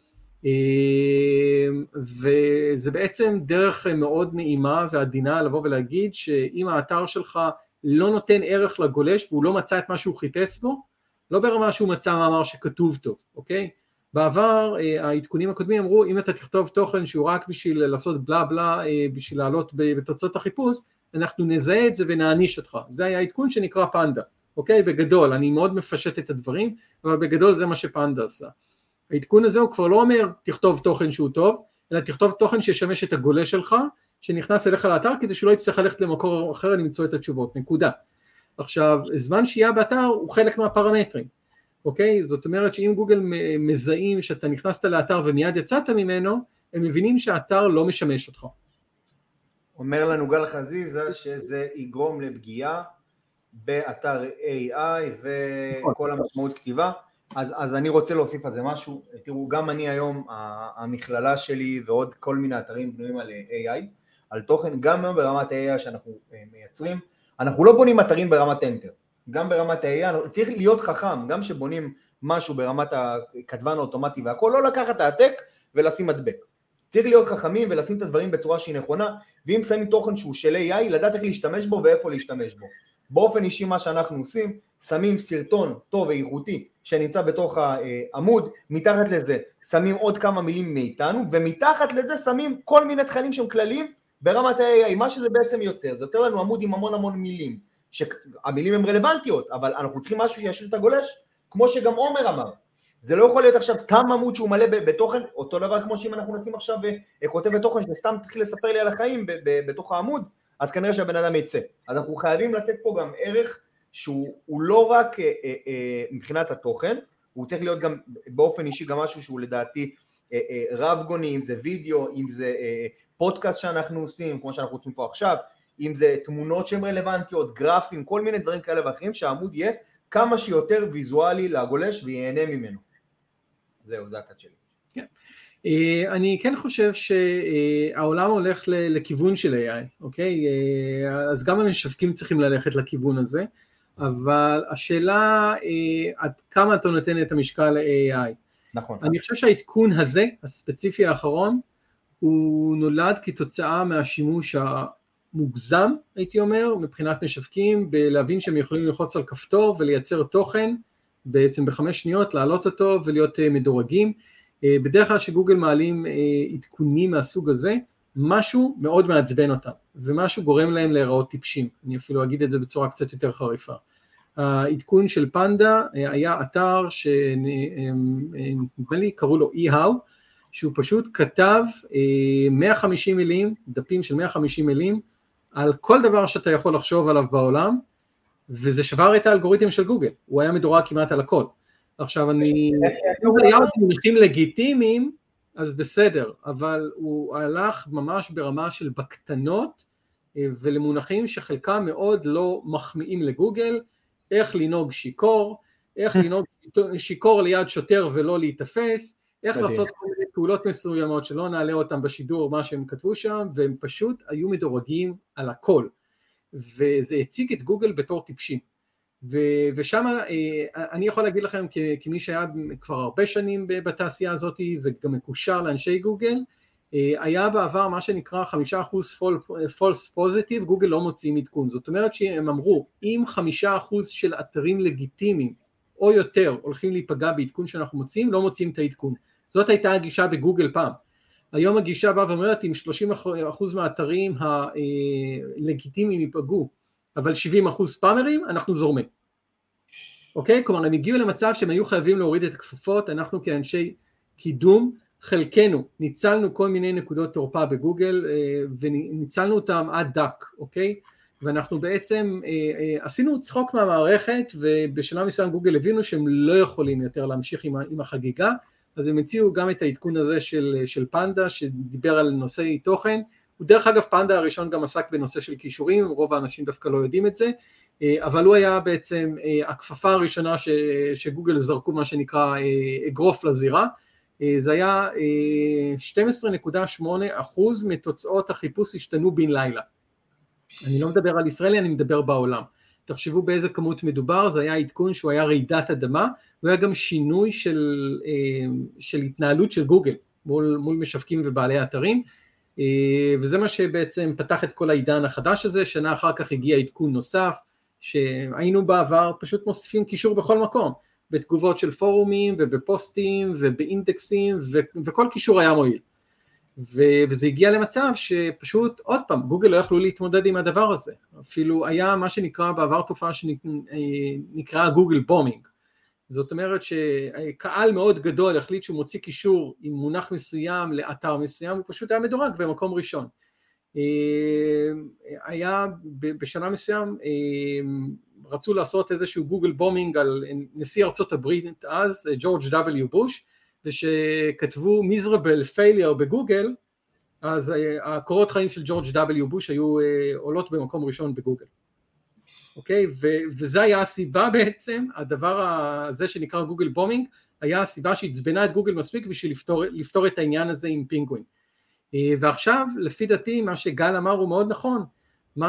וזה בעצם דרך מאוד נעימה ועדינה לבוא ולהגיד שאם האתר שלך לא נותן ערך לגולש והוא לא מצא את מה שהוא חיפש בו, לא ברמה שהוא מצא מאמר שכתוב טוב, אוקיי? בעבר העדכונים הקודמים אמרו אם אתה תכתוב תוכן שהוא רק בשביל לעשות בלה בלה בשביל לעלות בתוצאות החיפוש, אנחנו נזהה את זה ונעניש אותך. זה היה עדכון שנקרא פנדה, אוקיי? בגדול, אני מאוד מפשט את הדברים, אבל בגדול זה מה שפנדה עשה. העדכון הזה הוא כבר לא אומר תכתוב תוכן שהוא טוב, אלא תכתוב תוכן שישמש את הגולש שלך, שנכנס אליך לאתר כדי שלא יצטרך ללכת למקור אחר למצוא את התשובות, נקודה. עכשיו, זמן שהייה באתר הוא חלק מהפרמטרים, אוקיי? זאת אומרת שאם גוגל מזהים שאתה נכנסת לאתר ומיד יצאת ממנו, הם מבינים שהאתר לא משמש אותך. אומר לנו גל חזיזה שזה יגרום לפגיעה באתר AI וכל המשמעות כתיבה. אז אני רוצה להוסיף על זה משהו. תראו, גם אני היום, המכללה שלי ועוד כל מיני אתרים בנויים על AI, על תוכן, גם היום ברמת ה-AI שאנחנו מייצרים, אנחנו לא בונים אתרים ברמת Enter, גם ברמת ה-AI, צריך להיות חכם, גם שבונים משהו ברמת הכתבן האוטומטי והכל, לא לקחת העתק ולשים מדבק. צריך להיות חכמים ולשים את הדברים בצורה שהיא נכונה, ואם שמים תוכן שהוא של AI, לדעת איך להשתמש בו ואיפה להשתמש בו. באופן אישי מה שאנחנו עושים, שמים סרטון טוב ואיכותי שנמצא בתוך העמוד, מתחת לזה שמים עוד כמה מילים מאיתנו, ומתחת לזה שמים כל מיני תכנים שהם כלליים ברמת ה-AI. מה שזה בעצם יוצר, זה יוצר לנו עמוד עם המון המון מילים, שהמילים הן רלוונטיות, אבל אנחנו צריכים משהו שישאיר את הגולש, כמו שגם עומר אמר. זה לא יכול להיות עכשיו סתם עמוד שהוא מלא בתוכן, אותו דבר כמו שאם אנחנו נשים עכשיו כותב בתוכן שסתם תתחיל לספר לי על החיים בתוך העמוד, אז כנראה שהבן אדם יצא. אז אנחנו חייבים לתת פה גם ערך שהוא לא רק מבחינת התוכן, הוא צריך להיות גם באופן אישי גם משהו שהוא לדעתי רב גוני, אם זה וידאו, אם זה פודקאסט שאנחנו עושים, כמו שאנחנו עושים פה עכשיו, אם זה תמונות שהן רלוונטיות, גרפים, כל מיני דברים כאלה ואחרים, שהעמוד יהיה כמה שיותר ויזואלי לגולש ויהנה ממנו. זהו, זה הצד שלי. כן. אני כן חושב שהעולם הולך לכיוון של AI, אוקיי? אז גם המשווקים צריכים ללכת לכיוון הזה, אבל השאלה עד כמה אתה נותן את המשקל ל-AI. נכון. אני חושב שהעדכון הזה, הספציפי האחרון, הוא נולד כתוצאה מהשימוש המוגזם, הייתי אומר, מבחינת משווקים, בלהבין שהם יכולים ללחוץ על כפתור ולייצר תוכן, בעצם ב5 שניות, להעלות אותו ולהיות מדורגים. בדרך כלל שגוגל מעלים עדכונים מהסוג הזה, משהו מאוד מעצבן אותם, ומשהו גורם להם להיראות טיפשים. אני אפילו אגיד את זה בצורה קצת יותר חריפה. העדכון של פנדה היה אתר שנדמה לי קראו לו eHow, שהוא פשוט כתב 150 מילים, דפים של 150 מילים, על כל דבר שאתה יכול לחשוב עליו בעולם, וזה שבר את האלגוריתם של גוגל, הוא היה מדורג כמעט על הכל. עכשיו אם היה עוד מונחים לגיטימיים, אז בסדר, אבל הוא הלך ממש ברמה של בקטנות, ולמונחים שחלקם מאוד לא מחמיאים לגוגל, איך לנהוג שיקור, איך לנהוג שיקור ליד שוטר ולא להתאפס, איך לעשות כל מיני פעולות מסוימות שלא נעלה אותם בשידור מה שהם כתבו שם, והם פשוט היו מדורגים על הכל, וזה הציג את גוגל בתור טיפשים. ושם אני יכול להגיד לכם כמי שהיה כבר הרבה שנים בתעשייה הזאת וגם מקושר לאנשי גוגל, היה בעבר מה שנקרא 5% false positive, גוגל לא מוציאים עדכון. זאת אומרת שהם אמרו אם 5% של אתרים לגיטימיים או יותר הולכים להיפגע בעדכון שאנחנו מוציאים, לא מוציאים את העדכון. זאת הייתה הגישה בגוגל פעם. היום הגישה באה ואומרת אם 30% מהאתרים הלגיטימיים ייפגעו אבל 70% ספאמרים, אנחנו זורמים. אוקיי? כלומר, הם הגיעו למצב שהם היו חייבים להוריד את הכפפות, אנחנו כאנשי קידום, חלקנו ניצלנו כל מיני נקודות תורפה בגוגל וניצלנו אותם עד דק, אוקיי? ואנחנו בעצם עשינו צחוק מהמערכת, ובשלב מסוים גוגל הבינו שהם לא יכולים יותר להמשיך עם החגיגה, אז הם הציעו גם את העדכון הזה של פנדה שדיבר על נושאי תוכן. הוא דרך אגב פנדה הראשון גם עסק בנושא של קישורים, רוב האנשים דווקא לא יודעים את זה, אבל הוא היה בעצם הכפפה הראשונה שגוגל זרקו מה שנקרא אגרוף לזירה. זה היה 12.8% מתוצאות החיפוש השתנו בן לילה. אני לא מדבר על ישראלי, אני מדבר בעולם. תחשבו באיזה כמות מדובר, זה היה עדכון שהוא היה רעידת אדמה, הוא היה גם שינוי של התנהלות של גוגל מול משווקים ובעלי אתרים, וזה מה שבעצם פתח את כל העידן החדש הזה. שנה אחר כך הגיע עדכון נוסף, שהיינו בעבר פשוט מוסיפים קישור בכל מקום, בתגובות של פורומים ובפוסטים ובאינדקסים, וכל קישור היה מועיל. וזה הגיע למצב שפשוט עוד פעם גוגל לא יכלו להתמודד עם הדבר הזה. אפילו היה מה שנקרא בעבר תופעה שנקרא גוגל בומינג. זאת אומרת שקהל מאוד גדול החליט שהוא מוציא קישור עם מונח מסוים לאתר מסוים, הוא פשוט היה מדורג במקום ראשון. היה בשנה מסוים רצו לעשות איזשהו גוגל בומינג על נשיא ארצות הברית אז, ג'ורג' W. בוש, ושכתבו miserable failure בגוגל, אז הקורות חיים של ג'ורג' W. בוש היו עולות במקום ראשון בגוגל. אוקיי? וזה היה הסיבה בעצם, הדבר הזה שנקרא גוגל בומינג, היה הסיבה שהצבנה את גוגל מספיק בשביל לפתור את העניין הזה עם פינגווין. ועכשיו, לפי דעתי, מה שגל אמר הוא מאוד נכון, מה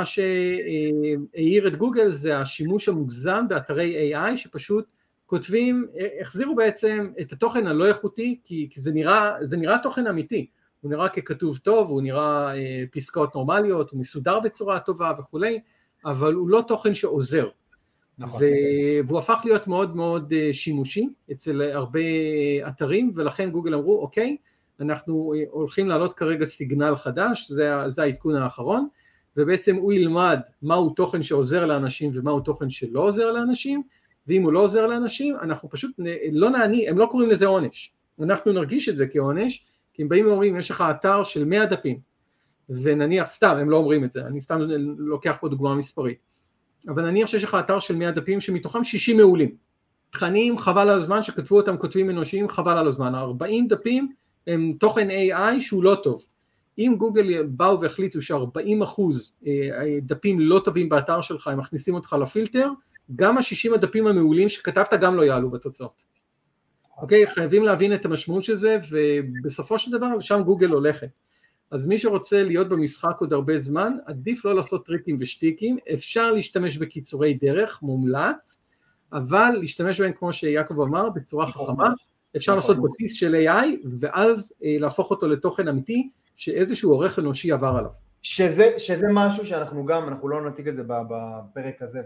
שהעיר את גוגל זה השימוש המוגזם באתרי AI, שפשוט כותבים, החזירו בעצם את התוכן הלא איכותי, כי זה נראה תוכן אמיתי, הוא נראה ככתוב טוב, הוא נראה פסקאות נורמליות, הוא מסודר בצורה טובה וכולי, אבל הוא לא תוכן שעוזר. נכון. והוא הפך להיות מאוד מאוד שימושי אצל הרבה אתרים, ולכן גוגל אמרו, אוקיי, אנחנו הולכים לעלות כרגע סיגנל חדש, זה העדכון האחרון, ובעצם הוא ילמד מהו תוכן שעוזר לאנשים ומהו תוכן שלא עוזר לאנשים, ואם הוא לא עוזר לאנשים, אנחנו פשוט לא נעני, הם לא קוראים לזה עונש, אנחנו נרגיש את זה כעונש, כי הם באים ואומרים, יש לך אתר של 100 דפים, ונניח, סתם, הם לא אומרים את זה, אני סתם לוקח פה דוגמה מספרית, אבל נניח שיש לך אתר של 100 דפים, שמתוכם 60 מעולים, תכנים חבל על הזמן, שכתבו אותם כותבים אנושיים, חבל על הזמן, 40 דפים, הם תוכן AI שהוא לא טוב. אם גוגל באו והחליטו ש40% דפים לא טובים באתר שלך, הם מכניסים אותך לפילטר, גם ה60 הדפים המעולים שכתבת גם לא יעלו בתוצאות. אוקיי, חייבים להבין את המשמעות של זה, ובסופו של דבר שם גוגל הולכת. אז מי שרוצה להיות במשחק עוד הרבה זמן, עדיף לא לעשות טריקים ושטיקים, אפשר להשתמש בקיצורי דרך, מומלץ, אבל להשתמש בהם כמו שיעקב אמר, בצורה חכמה, אפשר לעשות בסיס של AI, ואז להפוך אותו לתוכן אמיתי, שאיזשהו עורך אנושי עבר עליו. שזה משהו שאנחנו גם, אנחנו לא נציג את זה בפרק הזה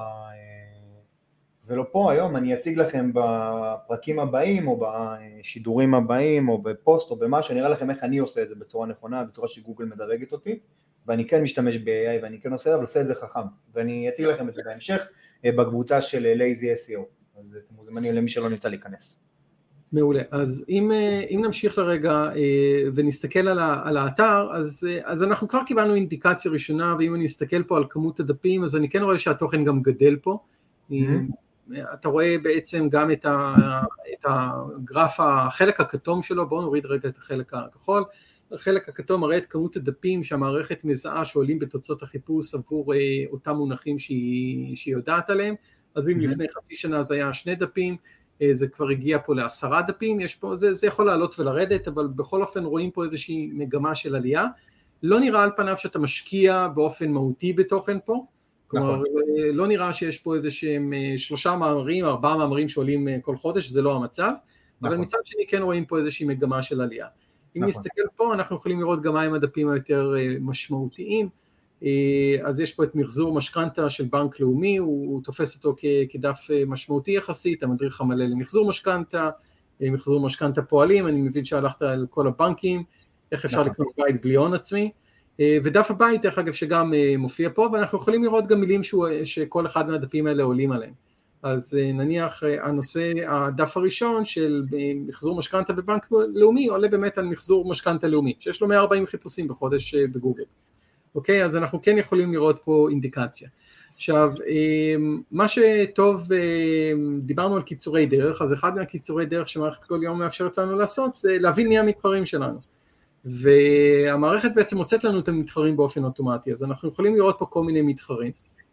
ולא פה היום, אני אציג לכם בפרקים הבאים, או בשידורים הבאים, או בפוסט, או במשהו, אני אראה לכם איך אני עושה את זה בצורה נכונה, בצורה שגוגל מדרגת אותי, ואני כן משתמש ב-AI, ואני כן עושה את זה, אבל עושה את זה חכם, ואני אציג לכם את זה בהמשך, בקבוצה של Lazy SEO, אז אתם מוזמנים למי שלא נמצא להיכנס. מעולה, אז אם נמשיך לרגע ונסתכל על האתר, אז אנחנו כבר קיבלנו אינדיקציה ראשונה, ואם אני אסתכל פה על כמות הדפים, אז אני כן רואה שהתוכן גם גדל פה, אתה רואה בעצם גם את הגרף, החלק הכתום שלו, בואו נוריד רגע את החלק הכחול, החלק הכתום מראה את כמות הדפים שהמערכת מזהה שעולים בתוצאות החיפוש עבור אותם מונחים שהיא יודעת עליהם, אז אם לפני חצי שנה זה היה 2 דפים, זה כבר הגיע פה ל10 דפים, יש פה, זה יכול לעלות ולרדת, אבל בכל אופן רואים פה איזושהי מגמה של עלייה, לא נראה על פניו שאתה משקיע באופן מהותי בתוכן פה, כלומר לא נראה שיש פה איזשהם 3 מאמרים, 4 מאמרים שעולים כל חודש, זה לא המצב, אבל מצד שני כן רואים פה איזושהי מגמה של עלייה. אם נסתכל פה אנחנו יכולים לראות גם מהם הדפים היותר משמעותיים, אז יש פה את מחזור משכנתה של בנק לאומי, הוא תופס אותו כדף משמעותי יחסית, המדריך המלא למחזור משכנתה, מחזור משכנתה פועלים, אני מבין שהלכת על כל הבנקים, איך אפשר לקנות בית בלי הון עצמי, ודף הבית דרך אגב שגם מופיע פה, ואנחנו יכולים לראות גם מילים שכל אחד מהדפים האלה עולים עליהם. אז נניח הדף הראשון של מחזור משכנתה בבנק לאומי עולה באמת על מחזור משכנתה לאומי, שיש לו 140 חיפושים בחודש בגוגל. אוקיי, אז אנחנו כן יכולים לראות פה אינדיקציה. עכשיו, מה שטוב, דיברנו על קיצורי דרך, אז אחד מהקיצורי דרך שמערכת כל יום מאפשרת לנו לעשות, זה להבין מי המתחרים שלנו. והמערכת בעצם מוצאת לנו את המתחרים באופן אוטומטי, אז אנחנו יכולים לראות פה כל מיני מתחרים.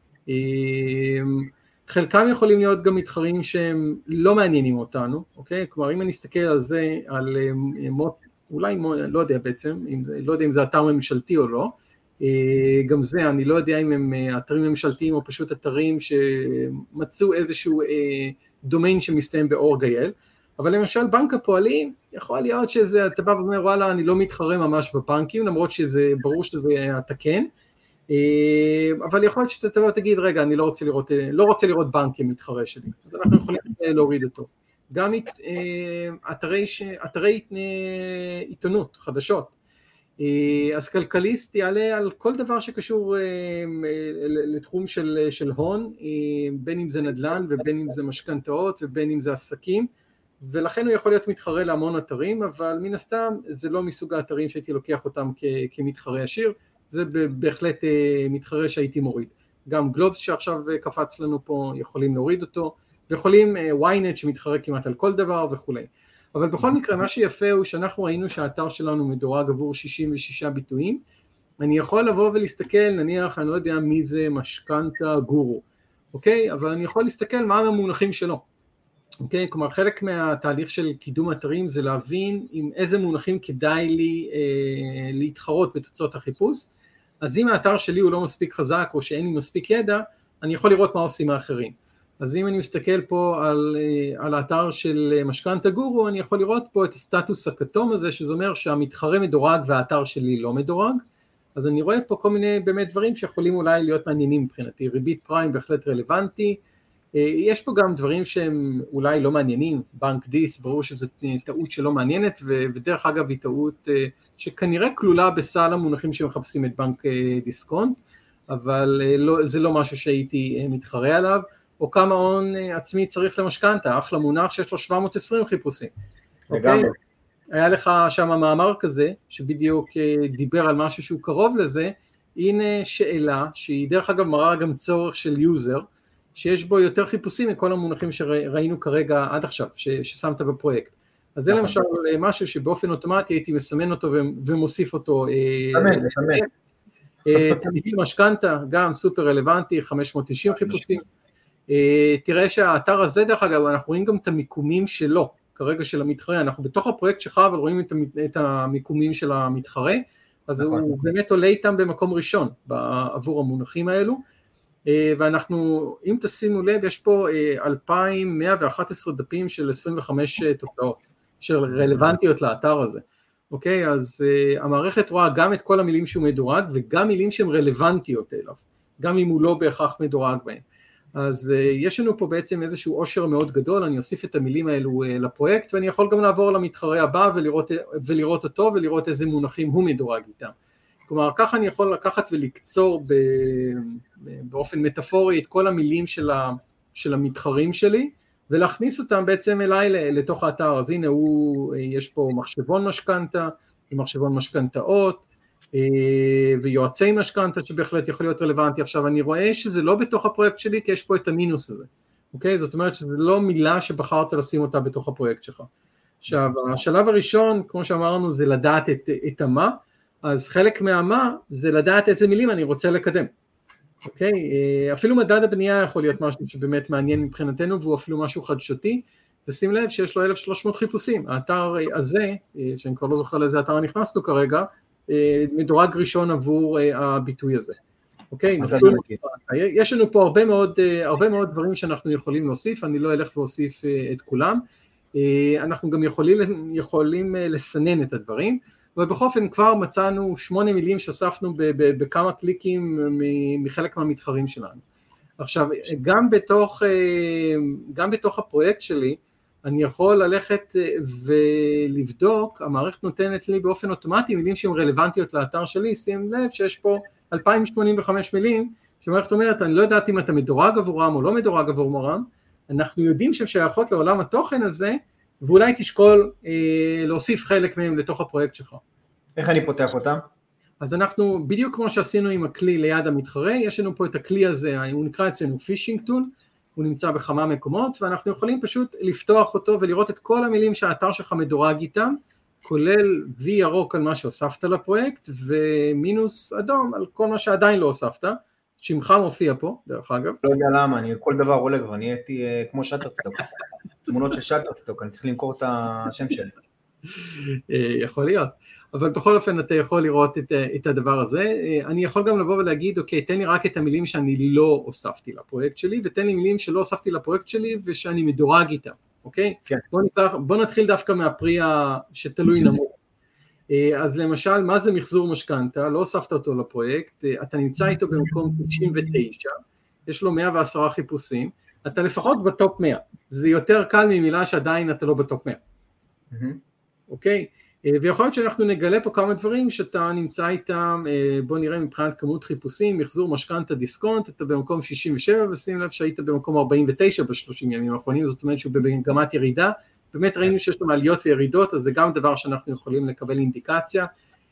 חלקם יכולים להיות גם מתחרים שהם לא מעניינים אותנו, אוקיי? כלומר, אם אני אסתכל על זה, על אולי, לא יודע בעצם, לא יודע אם זה אתר ממשלתי או לא, גם זה, אני לא יודע אם הם אתרים ממשלתיים או פשוט אתרים שמצאו איזשהו דומיין שמסתיים באור גייל, אבל למשל בנק הפועלים, יכול להיות שזה, אתה בא ואומר, וואלה, אני לא מתחרה ממש בבנקים, למרות שזה, ברור שזה אתה כן, אבל יכול להיות שאתה תבוא ותגיד, רגע, אני לא רוצה לראות בנק כמתחרה שלי, אז אנחנו יכולים להוריד אותו. גם אתרי עיתונות, חדשות, אז כלכליסט יעלה על כל דבר שקשור לתחום של הון, בין אם זה נדל"ן ובין אם זה משכנתאות ובין אם זה עסקים, ולכן הוא יכול להיות מתחרה להמון אתרים, אבל מן הסתם זה לא מסוג האתרים שהייתי לוקח אותם כמתחרה ישיר, זה בהחלט מתחרה שהייתי מוריד. גם גלובס שעכשיו קפץ לנו פה יכולים להוריד אותו, ויכולים ynet שמתחרה כמעט על כל דבר וכו'. אבל בכל מקרה מה שיפה הוא שאנחנו ראינו שהאתר שלנו מדורג עבור 66 ביטויים, אני יכול לבוא ולהסתכל, נניח אני לא יודע מי זה משכנתה גורו, אוקיי? אבל אני יכול להסתכל מה המונחים שלו, אוקיי? כלומר חלק מהתהליך של קידום אתרים זה להבין עם איזה מונחים כדאי לי להתחרות בתוצאות החיפוש, אז אם האתר שלי הוא לא מספיק חזק או שאין לי מספיק ידע, אני יכול לראות מה עושים האחרים. אז אם אני מסתכל פה על האתר של משכנתה גורו, אני יכול לראות פה את הסטטוס הכתום הזה, שזה אומר שהמתחרה מדורג והאתר שלי לא מדורג, אז אני רואה פה כל מיני באמת דברים שיכולים אולי להיות מעניינים מבחינתי, ריבית פריים בהחלט רלוונטי, יש פה גם דברים שהם אולי לא מעניינים, בנק דיס, ברור שזו טעות שלא מעניינת, ודרך אגב היא טעות שכנראה כלולה בסל המונחים שמחפשים את בנק דיסקונט, אבל זה לא משהו שהייתי מתחרה עליו, או כמה הון עצמי צריך למשכנתה, אחלה מונח שיש לו 720 חיפושים. לגמרי. היה לך שם מאמר כזה, שבדיוק דיבר על משהו שהוא קרוב לזה, הנה שאלה, שהיא דרך אגב מראה גם צורך של יוזר, שיש בו יותר חיפושים מכל המונחים שראינו כרגע עד עכשיו, ששמת בפרויקט. אז זה למשל משהו שבאופן אוטומטי הייתי מסמן אותו ומוסיף אותו. תמהיל משכנתה, גם סופר רלוונטי, 590 חיפושים. תראה שהאתר הזה דרך אגב, אנחנו רואים גם את המיקומים שלו, כרגע של המתחרה, אנחנו בתוך הפרויקט שלך, אבל רואים את המיקומים של המתחרה, אז הוא באמת עולה איתם במקום ראשון, עבור המונחים האלו, ואנחנו, אם תשימו לב, יש פה 2111 דפים של 25 תוצאות, של רלוונטיות לאתר הזה, אוקיי? אז המערכת רואה גם את כל המילים שהוא מדורג, וגם מילים שהן רלוונטיות אליו, גם אם הוא לא בהכרח מדורג בהן. אז יש לנו פה בעצם איזשהו עושר מאוד גדול, אני אוסיף את המילים האלו לפרויקט, ואני יכול גם לעבור למתחרה הבא ולראות אותו, ולראות איזה מונחים הוא מדורג איתם. כלומר, ככה אני יכול לקחת ולקצור באופן מטאפורי את כל המילים של המתחרים שלי, ולהכניס אותם בעצם אליי לתוך האתר. אז הנה יש פה מחשבון משכנתה, מחשבון משכנתאות, ויועצי משכנתה שבהחלט יכול להיות רלוונטי. עכשיו אני רואה שזה לא בתוך הפרויקט שלי, כי יש פה את המינוס הזה, אוקיי? זאת אומרת שזה לא מילה שבחרת לשים אותה בתוך הפרויקט שלך. עכשיו השלב הראשון, כמו שאמרנו, זה לדעת את המה, אז חלק מהמה זה לדעת איזה מילים אני רוצה לקדם, אוקיי? אפילו מדד הבנייה יכול להיות משהו שבאמת מעניין מבחינתנו, והוא אפילו משהו חדשותי, ושים לב שיש לו 1300 חיפושים, האתר הזה, שאני כבר לא זוכר לאיזה אתר נכנסנו כרגע, מדורג ראשון עבור הביטוי הזה, אוקיי? יש לנו פה הרבה מאוד דברים שאנחנו יכולים להוסיף, אני לא אלך ואוסיף את כולם, אנחנו גם יכולים לסנן את הדברים, אבל בכל אופן כבר מצאנו 8 מילים שהוספנו בכמה קליקים מחלק מהמתחרים שלנו. עכשיו, גם בתוך הפרויקט שלי, אני יכול ללכת ולבדוק, המערכת נותנת לי באופן אוטומטי מילים שהן רלוונטיות לאתר שלי, שים לב שיש פה 2085 מילים, שהמערכת אומרת, אני לא יודעת אם אתה מדורג עבורם או לא מדורג עבורם, אנחנו יודעים שהן שייכות לעולם התוכן הזה, ואולי תשקול להוסיף חלק מהם לתוך הפרויקט שלך. איך אני פותח אותם? אז אנחנו, בדיוק כמו שעשינו עם הכלי ליד המתחרה, יש לנו פה את הכלי הזה, הוא נקרא אצלנו פישינג טול, הוא נמצא בכמה מקומות, ואנחנו יכולים פשוט לפתוח אותו ולראות את כל המילים שהאתר שלך מדורג איתם, כולל וי ירוק על מה שהוספת לפרויקט, ומינוס אדום על כל מה שעדיין לא הוספת, שמך מופיע פה, דרך אגב. לא יודע למה, אני כל דבר עולה כבר, נהייתי כמו שטרסטוק, תמונות של שטרסטוק, אני צריך למכור את השם שלי. יכול להיות, אבל בכל אופן אתה יכול לראות את הדבר הזה. אני יכול גם לבוא ולהגיד, אוקיי, תן לי רק את המילים שאני לא הוספתי לפרויקט שלי, ותן לי מילים שלא הוספתי לפרויקט שלי ושאני מדורג איתם, אוקיי? כן. בוא נתחיל דווקא מהפרי שתלוי נמוך. אז למשל, מה זה מחזור משכנתה? לא הוספת אותו לפרויקט, אתה נמצא איתו במקום 99, יש לו 110 חיפושים, אתה לפחות בטופ 100, זה יותר קל ממילה שעדיין אתה לא בטופ 100. אוקיי? ויכול להיות שאנחנו נגלה פה כמה דברים שאתה נמצא איתם, בוא נראה מבחינת כמות חיפושים, מחזור משכנתה דיסקונט, אתה במקום 67, ושים לב שהיית במקום 49 ב-30 ימים האחרונים, זאת אומרת שהוא במגמת ירידה, באמת ראינו שיש לו עליות וירידות, אז זה גם דבר שאנחנו יכולים לקבל אינדיקציה.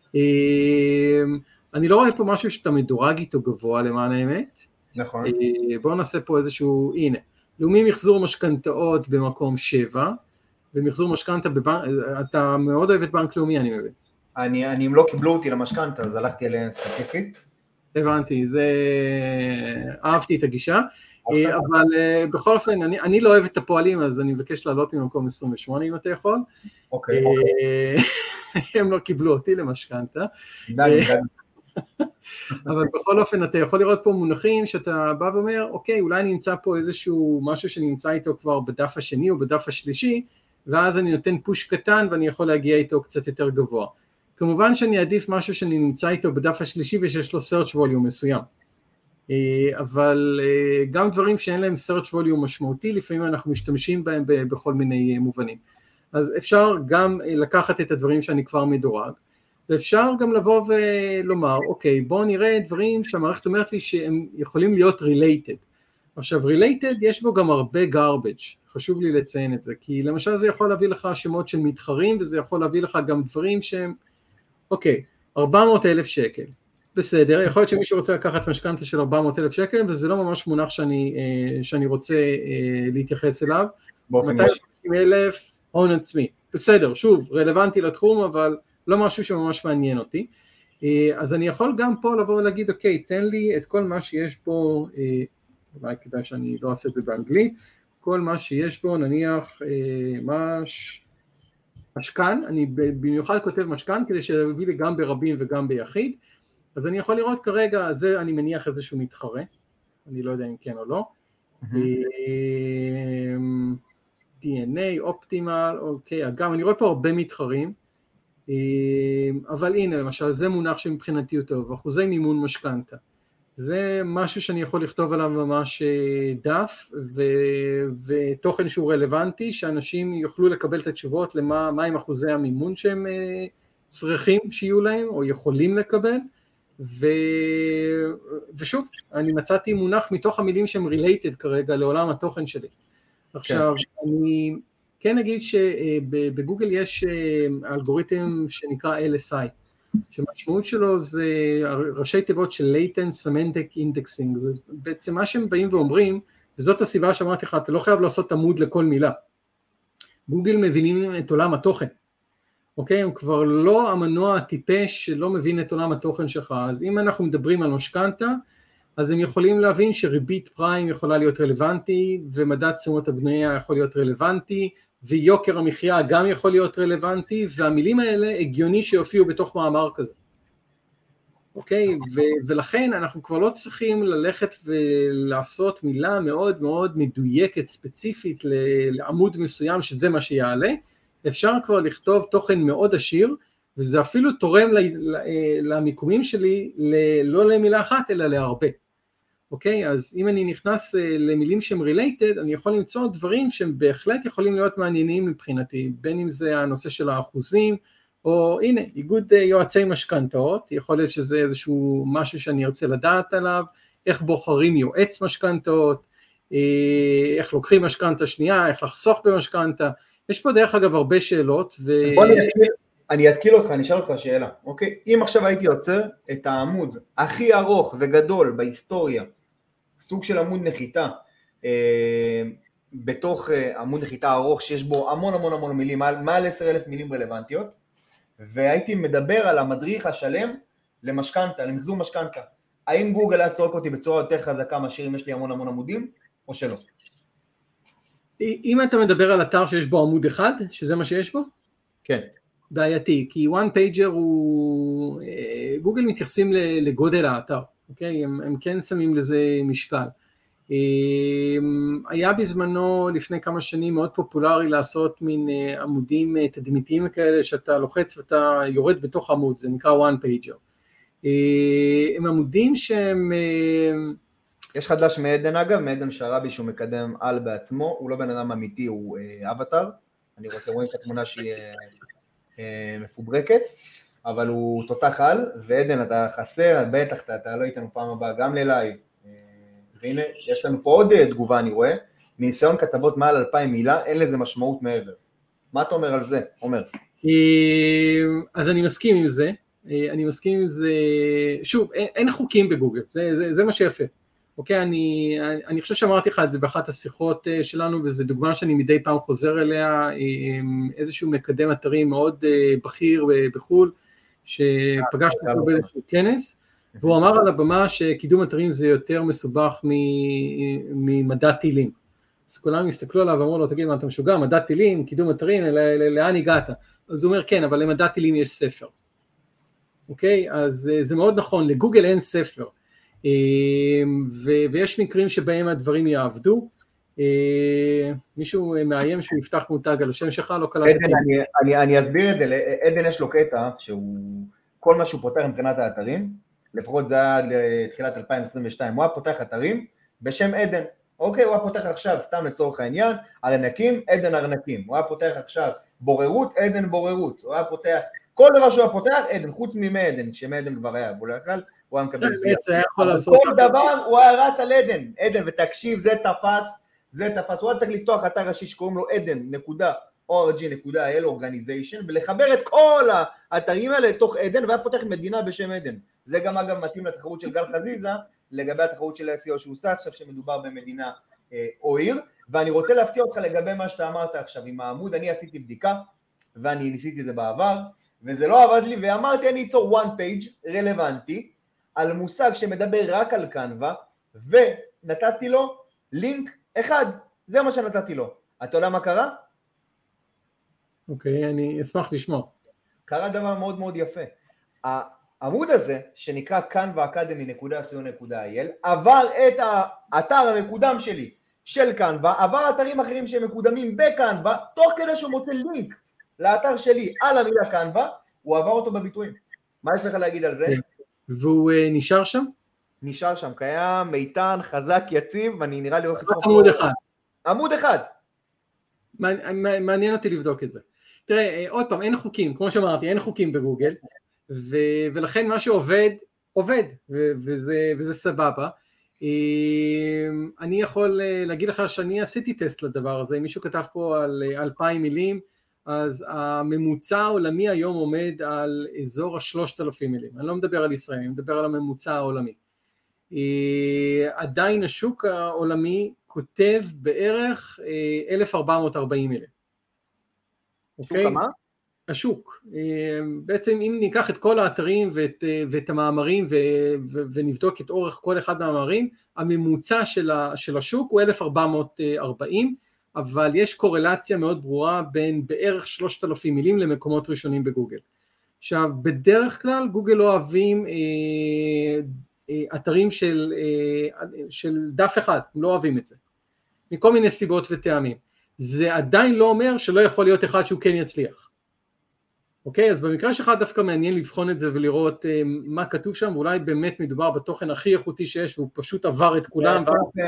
אני לא רואה פה משהו שאתה מדורג איתו גבוה למען האמת. נכון. בואו נעשה פה איזשהו, הנה, לאומי מחזור משכנתאות במקום 7, ומחזור משכנתה אתה מאוד אוהב את בנק לאומי, אני מבין. אם לא קיבלו אותי למשכנתה, אז הלכתי אליהם ספציפית. הבנתי, אהבתי את הגישה, אבל בכל אופן, אני לא אוהב את הפועלים, אז אני מבקש לעלות ממקום 28 אם אתה יכול. אוקיי. הם לא קיבלו אותי למשכנתה. די. אבל בכל אופן, אתה יכול לראות פה מונחים שאתה בא ואומר, אוקיי, אולי אני נמצא פה איזשהו משהו שנמצא איתו כבר בדף השני או בדף השלישי, ואז אני נותן פוש קטן ואני יכול להגיע איתו קצת יותר גבוה. כמובן שאני אעדיף משהו שאני נמצא איתו בדף השלישי ושיש לו search volume מסוים. אבל גם דברים שאין להם search volume משמעותי, לפעמים אנחנו משתמשים בהם בכל מיני מובנים. אז אפשר גם לקחת את הדברים שאני כבר מדורג, ואפשר גם לבוא ולומר, אוקיי, בואו נראה דברים שהמערכת אומרת לי שהם יכולים להיות related. עכשיו, related יש בו גם הרבה garbage, חשוב לי לציין את זה, כי למשל זה יכול להביא לך שמות של מתחרים, וזה יכול להביא לך גם דברים שהם, אוקיי, 400,000 שקל, בסדר, יכול להיות שמישהו רוצה לקחת משכנתה של 400,000 שקל, וזה לא ממש מונח שאני רוצה להתייחס אליו, 250,000 הון עצמי, בסדר, שוב, רלוונטי לתחום, אבל לא משהו שממש מעניין אותי, אז אני יכול גם פה לבוא ולהגיד, אוקיי, תן לי את כל מה שיש פה, אולי כדאי שאני לא אעשה את זה באנגלית, כל מה שיש בו, נניח, משכן, אני במיוחד כותב משכן, כדי שיביא לי גם ברבים וגם ביחיד, אז אני יכול לראות כרגע, זה אני מניח איזשהו מתחרה, אני לא יודע אם כן או לא, DNA, אופטימל, אוקיי, גם אני רואה פה הרבה מתחרים, אבל הנה, למשל, זה מונח שמבחינתי הוא טוב, אחוזי מימון משכנתה, זה משהו שאני יכול לכתוב עליו ממש דף, ותוכן שהוא רלוונטי, שאנשים יוכלו לקבל את התשובות למה עם אחוזי המימון שהם צריכים שיהיו להם, או יכולים לקבל, ושוב, אני מצאתי מונח מתוך המילים שהם related כרגע לעולם התוכן שלי. עכשיו, אני כן אגיד שבגוגל יש אלגוריתם שנקרא LSI, שמשמעות שלו זה ראשי תיבות של latent semantic indexing, זה בעצם מה שהם באים ואומרים, וזאת הסיבה שאמרתי לך, אתה לא חייב לעשות עמוד לכל מילה. גוגל מבינים את עולם התוכן, אוקיי? הם כבר לא המנוע הטיפש שלא מבין את עולם התוכן שלך, אז אם אנחנו מדברים על משכנתה, אז הם יכולים להבין שריבית פריים יכולה להיות רלוונטי, ומדד תשומות הבנייה יכול להיות רלוונטי, ויוקר המחיה גם יכול להיות רלוונטי, והמילים האלה הגיוני שיופיעו בתוך מאמר כזה. אוקיי? ולכן אנחנו כבר לא צריכים ללכת ולעשות מילה מאוד מאוד מדויקת, ספציפית לעמוד מסוים שזה מה שיעלה, אפשר כבר לכתוב תוכן מאוד עשיר, וזה אפילו תורם למיקומים שלי לא למילה אחת אלא להרבה. אוקיי, אז אם אני נכנס למילים שהם related, אני יכול למצוא דברים שהם בהחלט יכולים להיות מעניינים מבחינתי, בין אם זה הנושא של האחוזים, או הנה, איגוד יועצי משכנתאות, יכול להיות שזה איזשהו משהו שאני ארצה לדעת עליו, איך בוחרים יועץ משכנתאות, איך לוקחים משכנתה שנייה, איך לחסוך במשכנתה, יש פה דרך אגב הרבה שאלות. אני אתקיל אותך, אני אשאל אותך שאלה, אוקיי? אם עכשיו הייתי יוצר את העמוד הכי ארוך וגדול בהיסטוריה, סוג של עמוד נחיתה, בתוך עמוד נחיתה ארוך שיש בו המון המון המון מילים, מעל 10,000 מילים רלוונטיות, והייתי מדבר על המדריך השלם למשכנתה, למחזור משכנתה, האם גוגל היה סורק אותי בצורה יותר חזקה מאשר אם יש לי המון המון עמודים, או שלא? אם אתה מדבר על אתר שיש בו עמוד אחד, שזה מה שיש בו? כן. בעייתי, כי one pager הוא, גוגל מתייחסים לגודל האתר, אוקיי? הם כן שמים לזה משקל. היה בזמנו לפני כמה שנים מאוד פופולרי לעשות מין עמודים תדמיתיים כאלה, שאתה לוחץ ואתה יורד בתוך עמוד, זה נקרא one pager. הם עמודים שהם... יש חדש מעדן אגב, מעדן שרבי שהוא מקדם על בעצמו, הוא לא בן אדם אמיתי, הוא אבטר, אני רואים את התמונה שהיא מפוברקת, אבל הוא תותח על, ועדן אתה חסר, בטח אתה לא איתנו פעם הבאה גם ללייב, והנה יש לנו פה עוד תגובה אני רואה, מניסיון כתבות מעל 2,000 מילה, אין לזה משמעות מעבר. מה אתה אומר על זה, עומר? אז אני מסכים עם זה, שוב, אין חוקים בגוגל, זה מה שיפה. אוקיי, אני חושב שאמרתי לך את זה באחת השיחות שלנו, וזו דוגמה שאני מדי פעם חוזר אליה, איזשהו מקדם אתרים מאוד בכיר בחול, שפגשתי אותו באיזשהו כנס, והוא אמר על הבמה שקידום אתרים זה יותר מסובך ממדע טילים. אז כולם הסתכלו עליו ואמרו לו, תגיד מה אתה משוגע, מדע טילים, קידום אתרים, לאן הגעת? אז הוא אומר כן, אבל למדע טילים יש ספר. אוקיי, אז זה מאוד נכון, לגוגל אין ספר. ויש מקרים שבהם הדברים יעבדו. מישהו מאיים שהוא יפתח מותג על השם שלך, לא קלטתי. אני אסביר את זה, לעדן יש לו קטע שהוא, כל מה שהוא פותח מבחינת האתרים, לפחות זה היה לתחילת 2022, הוא היה פותח אתרים בשם עדן, אוקיי, הוא היה פותח עכשיו, סתם לצורך העניין, ארנקים, עדן ארנקים, הוא היה פותח עכשיו בוררות, עדן בוררות, הוא היה פותח, כל דבר שהוא היה פותח, עדן, חוץ ממעדן, שמעדן כבר היה, הוא לא יכל, הוא היה מקבל כל דבר הוא היה רץ על עדן, ותקשיב, זה תפס, הוא היה צריך לפתוח אתר ראשי שקוראים לו עדן.org.il organization, ולחבר את כל האתרים האלה לתוך עדן, והיה פותח מדינה בשם עדן. זה גם אגב מתאים לתחרות של גל חזיזה, לגבי התחרות של SEO שהוא עושה עכשיו, שמדובר במדינה או עיר, ואני רוצה להפתיע אותך לגבי מה שאתה אמרת עכשיו עם העמוד, אני עשיתי בדיקה, ואני ניסיתי את זה בעבר, וזה לא עבד לי, ואמרתי אני אצור one page רלוונטי, על מושג שמדבר רק על קנווה, ונתתי לו לינק אחד, זה מה שנתתי לו. אתה יודע מה קרה? אוקיי, אני אשמח לשמוע. קרה דבר מאוד מאוד יפה. העמוד הזה, שנקרא canvaacademy.co.il, עבר את האתר המקודם שלי, של קנווה, עבר אתרים אחרים שמקודמים בקנווה, תוך כדי שהוא מוצא לינק לאתר שלי על המילה קנווה, הוא עבר אותו בביטויים. מה יש לך להגיד על זה? והוא נשאר שם? נשאר שם, קיים, מיתן, חזק, יציב, ואני נראה לי הולך... עמוד אחד. עמוד אחד. מעניין אותי לבדוק את זה. תראה, עוד פעם, אין חוקים, כמו שאמרתי, אין חוקים בגוגל, ולכן מה שעובד, עובד, וזה סבבה. אני יכול להגיד לך שאני עשיתי טסט לדבר הזה, אם מישהו כתב פה על 2,000 מילים, אז הממוצע העולמי היום עומד על אזור 3,000 מילים, אני לא מדבר על ישראל, אני מדבר על הממוצע העולמי. עדיין השוק העולמי כותב בערך 1,440 מילים. אוקיי? מה? השוק. בעצם אם ניקח את כל האתרים ואת המאמרים ונבדוק את אורך כל אחד מהמאמרים, הממוצע של השוק הוא 1,440, אבל יש קורלציה מאוד ברורה בין בערך 3,000 מילים למקומות ראשונים בגוגל. עכשיו, בדרך כלל גוגל לא אוהבים אתרים של דף אחד, הם לא אוהבים את זה, מכל מיני סיבות וטעמים. זה עדיין לא אומר שלא יכול להיות אחד שהוא כן יצליח. אוקיי, אז במקרה שלך דווקא מעניין לבחון את זה ולראות מה כתוב שם, ואולי באמת מדובר בתוכן הכי איכותי שיש, והוא פשוט עבר את כולם.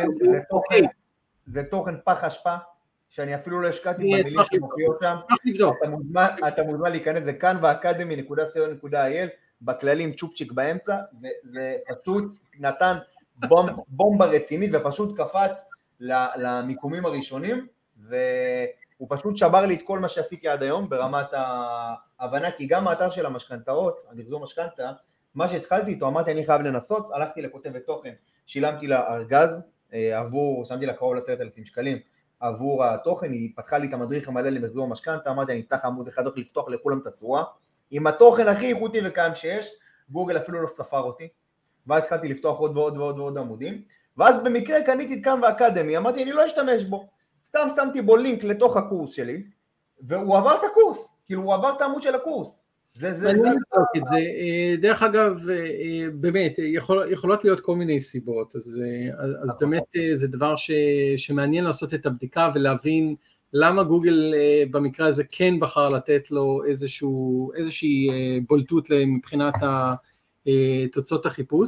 זה תוכן פח אשפה, שאני אפילו לא השקעתי במילים שמופיעות שם. אתה מוזמן להיכנס, זה canvaacademy.co.il, בכללים צ'ופצ'יק באמצע, וזה פשוט נתן בומבה רצינית, ופשוט קפץ למיקומים הראשונים, והוא פשוט שבר לי את כל מה שעשיתי עד היום ברמת ההבנה, כי גם האתר של המשכנתאות, המחזור משכנתה, מה שהתחלתי איתו, אמרתי אני חייב לנסות, הלכתי לכותבת תוכן, שילמתי לה ארגז, שמתי לה קרוב ל10,000 שקלים עבור התוכן, היא פתחה לי את המדריך המלא למחזור משכנתה, אמרתי אני אפתח עמוד אחד, הולך לפתוח לכולם את הצורה, עם התוכן הכי איכותי וקיים שיש, גוגל אפילו לא ספר אותי, ואז התחלתי לפתוח עוד ועוד ועוד ועוד עמודים, ואז במקרה קניתי את קנווה אקדמי, אמרתי אני לא אשתמש בו, סתם שמתי בו לינק לתוך הקורס שלי, והוא עבר את הקורס, כאילו הוא עבר את העמוד של הקורס. דרך אגב, באמת, יכולות להיות כל מיני סיבות, אז באמת זה דבר שמעניין לעשות את הבדיקה ולהבין למה גוגל במקרה הזה כן בחר לתת לו איזושהי בולטות מבחינת תוצאות החיפוש,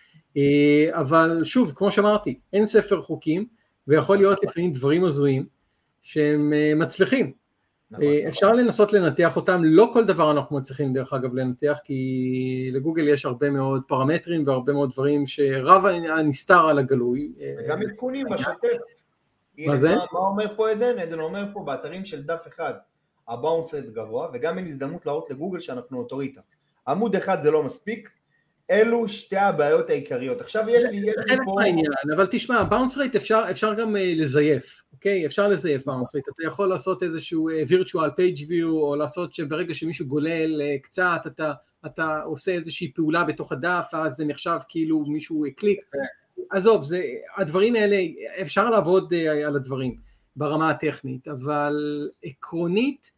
אבל שוב, כמו שאמרתי, אין ספר חוקים, ויכול להיות לפעמים דברים הזויים שהם מצליחים. אפשר לנסות לנתח אותם, לא כל דבר אנחנו מצליחים דרך אגב לנתח, כי לגוגל יש הרבה מאוד פרמטרים והרבה מאוד דברים שרב הנסתר על הגלוי. וגם עדכונים בשוטף. מה זה? מה אומר פה עדן? עדן אומר פה באתרים של דף אחד, הבאונס רייט גבוה, וגם אין הזדמנות להראות לגוגל שאנחנו אוטוריטה. עמוד אחד זה לא מספיק, אלו שתי הבעיות העיקריות. עכשיו יש לי פה... אבל תשמע, באונס רייט אפשר גם לזייף. אוקיי, אפשר לזייף באונס רייט, אתה יכול לעשות איזשהו virtual page view, או לעשות שברגע שמישהו גולל קצת, אתה עושה איזושהי פעולה בתוך הדף, אז זה נחשב כאילו מישהו קליק, עזוב, הדברים האלה, אפשר לעבוד על הדברים ברמה הטכנית, אבל עקרונית,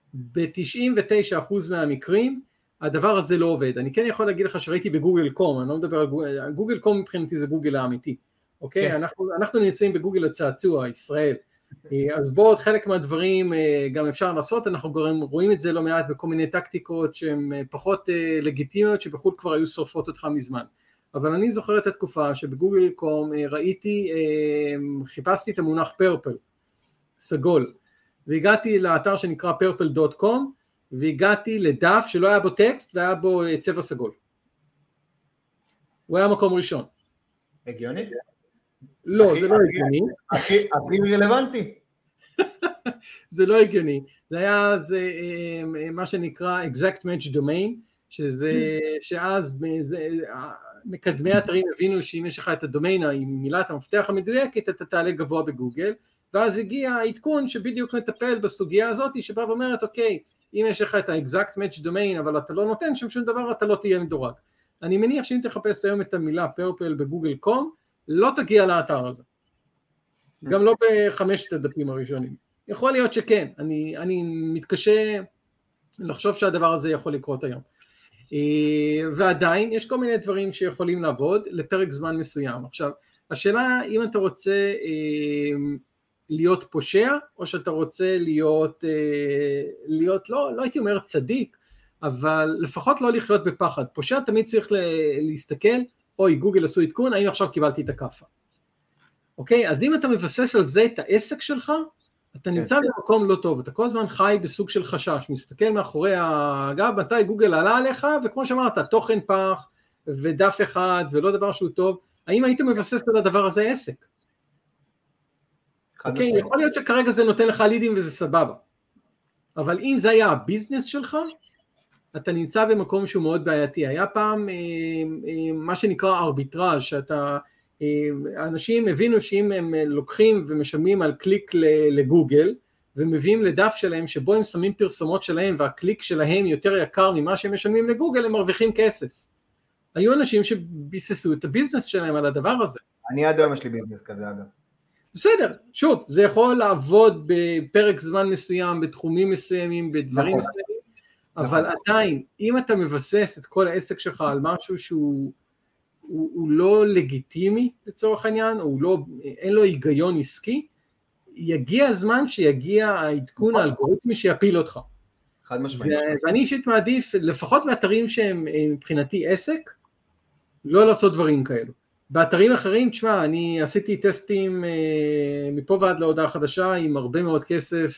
ב-99% מהמקרים, הדבר הזה לא עובד. אני כן יכול להגיד לך שראיתי בגוגל קום, אני לא מדבר על גוגל קום, מבחינתי זה גוגל האמיתי. אוקיי, אנחנו נמצאים בגוגל הצעצוע, ישראל, אז בו עוד חלק מהדברים גם אפשר לעשות, אנחנו גם רואים את זה לא מעט בכל מיני טקטיקות שהן פחות לגיטימיות, שבחו"ל כבר היו שורפות אותך מזמן, אבל אני זוכר את התקופה שבגוגל קום ראיתי, חיפשתי את המונח פרפל, סגול, והגעתי לאתר שנקרא purple.com, והגעתי לדף שלא היה בו טקסט, והיה בו צבע סגול, הוא היה מקום ראשון. הגיוני? לא, זה לא הגיוני. הכי רלוונטי. זה לא הגיוני. זה היה מה שנקרא exact match domain, שאז מקדמי אתרים הבינו שאם יש לך את הדומיין עם מילת המפתח המדויקת, אתה תעלה גבוה בגוגל, ואז הגיע העדכון שבדיוק מטפל בסוגיה הזאת, שבא ואומרת, אוקיי, אם יש לך את ה-exact match domain, אבל אתה לא נותן שם שום דבר, אתה לא תהיה מדורג. אני מניח שאם תחפש היום את המילה פרפל בגוגל קום, לא תגיע לאתר הזה. גם לא בחמשת הדפים הראשונים. יכול להיות שכן, אני מתקשה לחשוב שהדבר הזה יכול לקרות היום. ועדיין יש כל מיני דברים שיכולים לעבוד לפרק זמן מסוים. עכשיו, השאלה אם אתה רוצה להיות פושע, או שאתה רוצה להיות לא הייתי אומר צדיק, אבל לפחות לא לחיות בפחד. פושע תמיד צריך להסתכל, אוי, גוגל עשו עדכון, האם עכשיו קיבלתי את הקפה. אוקיי? אז אם אתה מבסס על זה את העסק שלך, אתה נמצא במקום לא טוב, אתה כל הזמן חי בסוג של חשש, מסתכל מאחורי הגב, מתי גוגל עלה עליך, וכמו שאמרת, תוכן פח, ודף אחד, ולא דבר שהוא טוב, האם היית מבסס על הדבר הזה עסק? אוקיי? יכול להיות שכרגע זה נותן לך לידים וזה סבבה, אבל אם זה היה הביזנס שלך, אתה נמצא במקום שהוא מאוד בעייתי. היה פעם מה שנקרא ארביטראז', שאתה, אנשים הבינו שאם הם לוקחים ומשלמים על קליק לגוגל, ומביאים לדף שלהם שבו הם שמים פרסומות שלהם, והקליק שלהם יותר יקר ממה שהם משלמים לגוגל, הם מרוויחים כסף. היו אנשים שביססו את הביזנס שלהם על הדבר הזה. אני עד היום יש לי ביזנס כזה אגב. בסדר, שוב, זה יכול לעבוד בפרק זמן מסוים, בתחומים מסוימים, בדברים מסוימים, אבל עדיין, אם אתה מבסס את כל העסק שלך על משהו שהוא לא לגיטימי לצורך העניין, או אין לו היגיון עסקי, יגיע הזמן שיגיע העדכון האלגוריתמי שיפיל אותך. חד משמעית. ואני אישית מעדיף, לפחות באתרים שהם מבחינתי עסק, לא לעשות דברים כאלו. באתרים אחרים, תשמע, אני עשיתי טסטים מפה ועד להודעה חדשה עם הרבה מאוד כסף,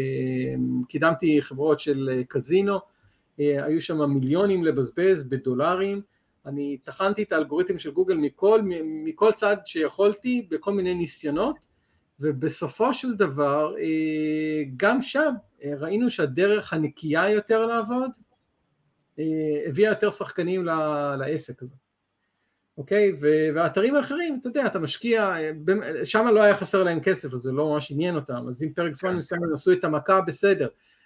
קידמתי חברות של קזינו, היו שם מיליונים לבזבז בדולרים, אני תחנתי את האלגוריתם של גוגל מכל צד שיכולתי, בכל מיני ניסיונות, ובסופו של דבר, גם שם ראינו שהדרך הנקייה יותר לעבוד, הביאה יותר שחקנים לעסק הזה. אוקיי? והאתרים האחרים, אתה יודע, אתה משקיע, שם לא היה חסר להם כסף, אז זה לא ממש עניין אותם, אז אם פרק זמן מסוים הם עשו את המכה, בסדר,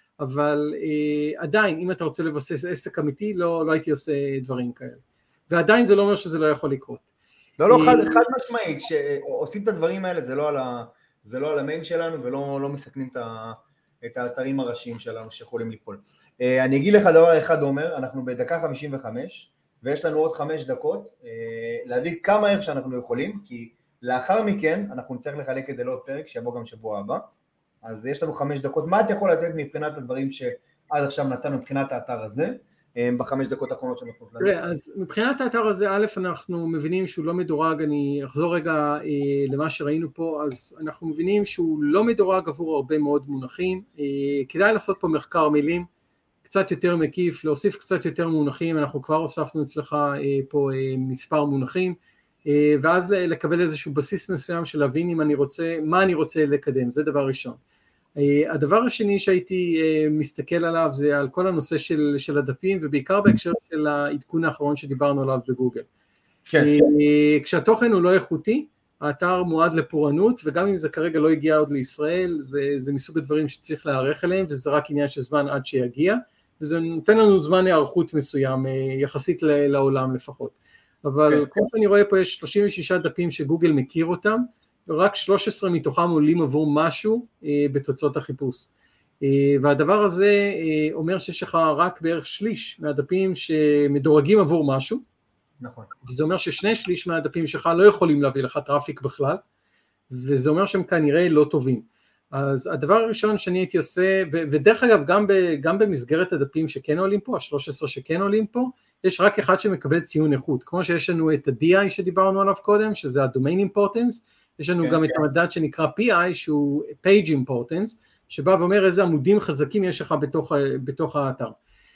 אבל עדיין, אם אתה רוצה לבסס עסק אמיתי, לא הייתי עושה דברים כאלה. ועדיין זה לא אומר שזה לא יכול לקרות. לא, חד משמעית, שעושים את הדברים האלה, זה לא על המיין שלנו, ולא מסכנים את האתרים הראשיים שלנו שיכולים ליפול. אני אגיד לך דבר אחד, עומר, אנחנו בדקה 55, ויש לנו עוד 5 דקות, להביא כמה ערך שאנחנו יכולים, כי לאחר מכן אנחנו נצטרך לחלק את זה לעוד פרק, שיבוא גם שבוע הבא, אז יש לנו 5 דקות, מה אתה יכול לתת מבחינת הדברים שעד עכשיו נתנו מבחינת האתר הזה, ב5 דקות האחרונות שאנחנו נתנו? אז מבחינת האתר הזה, א', אנחנו מבינים שהוא לא מדורג, אני אחזור רגע למה שראינו פה, אז אנחנו מבינים שהוא לא מדורג עבור הרבה מאוד מונחים, כדאי לעשות פה מחקר מילים, קצת יותר מקיף, להוסיף קצת יותר מונחים, אנחנו כבר הוספנו אצלך פה מספר מונחים, ואז לקבל איזשהו בסיס מסוים של להבין מה אני רוצה לקדם, זה דבר ראשון. הדבר השני שהייתי מסתכל עליו זה על כל הנושא של הדפים, ובעיקר בהקשר של העדכון האחרון שדיברנו עליו בגוגל. כן. כשהתוכן הוא לא איכותי, האתר מועד לפורענות, וגם אם זה כרגע לא הגיע עוד לישראל, זה מסוג הדברים שצריך להיערך אליהם, וזה רק עניין של זמן עד שיגיע, וזה נותן לנו זמן הערכות מסוים, יחסית לעולם לפחות. אבל כמו שאני רואה פה, יש 36 דפים שגוגל מכיר אותם, ורק 13 מתוכם עולים עבור משהו בתוצאות החיפוש. והדבר הזה אומר שיש לך רק בערך שליש מהדפים שמדורגים עבור משהו, נכון. וזה אומר ש2/3 מהדפים שלך לא יכולים להביא לך טראפיק בכלל, וזה אומר שהם כנראה לא טובים. אז הדבר הראשון שאני הייתי עושה, ודרך אגב גם במסגרת הדפים שכן עולים פה, ה13 שכן עולים פה, יש רק אחד שמקבל ציון איכות, כמו שיש לנו את ה-DI שדיברנו עליו קודם, שזה ה-Domain Importance, יש לנו גם את המדד שנקרא PI, שהוא Page Importance, שבא ואומר איזה עמודים חזקים יש לך בתוך האתר.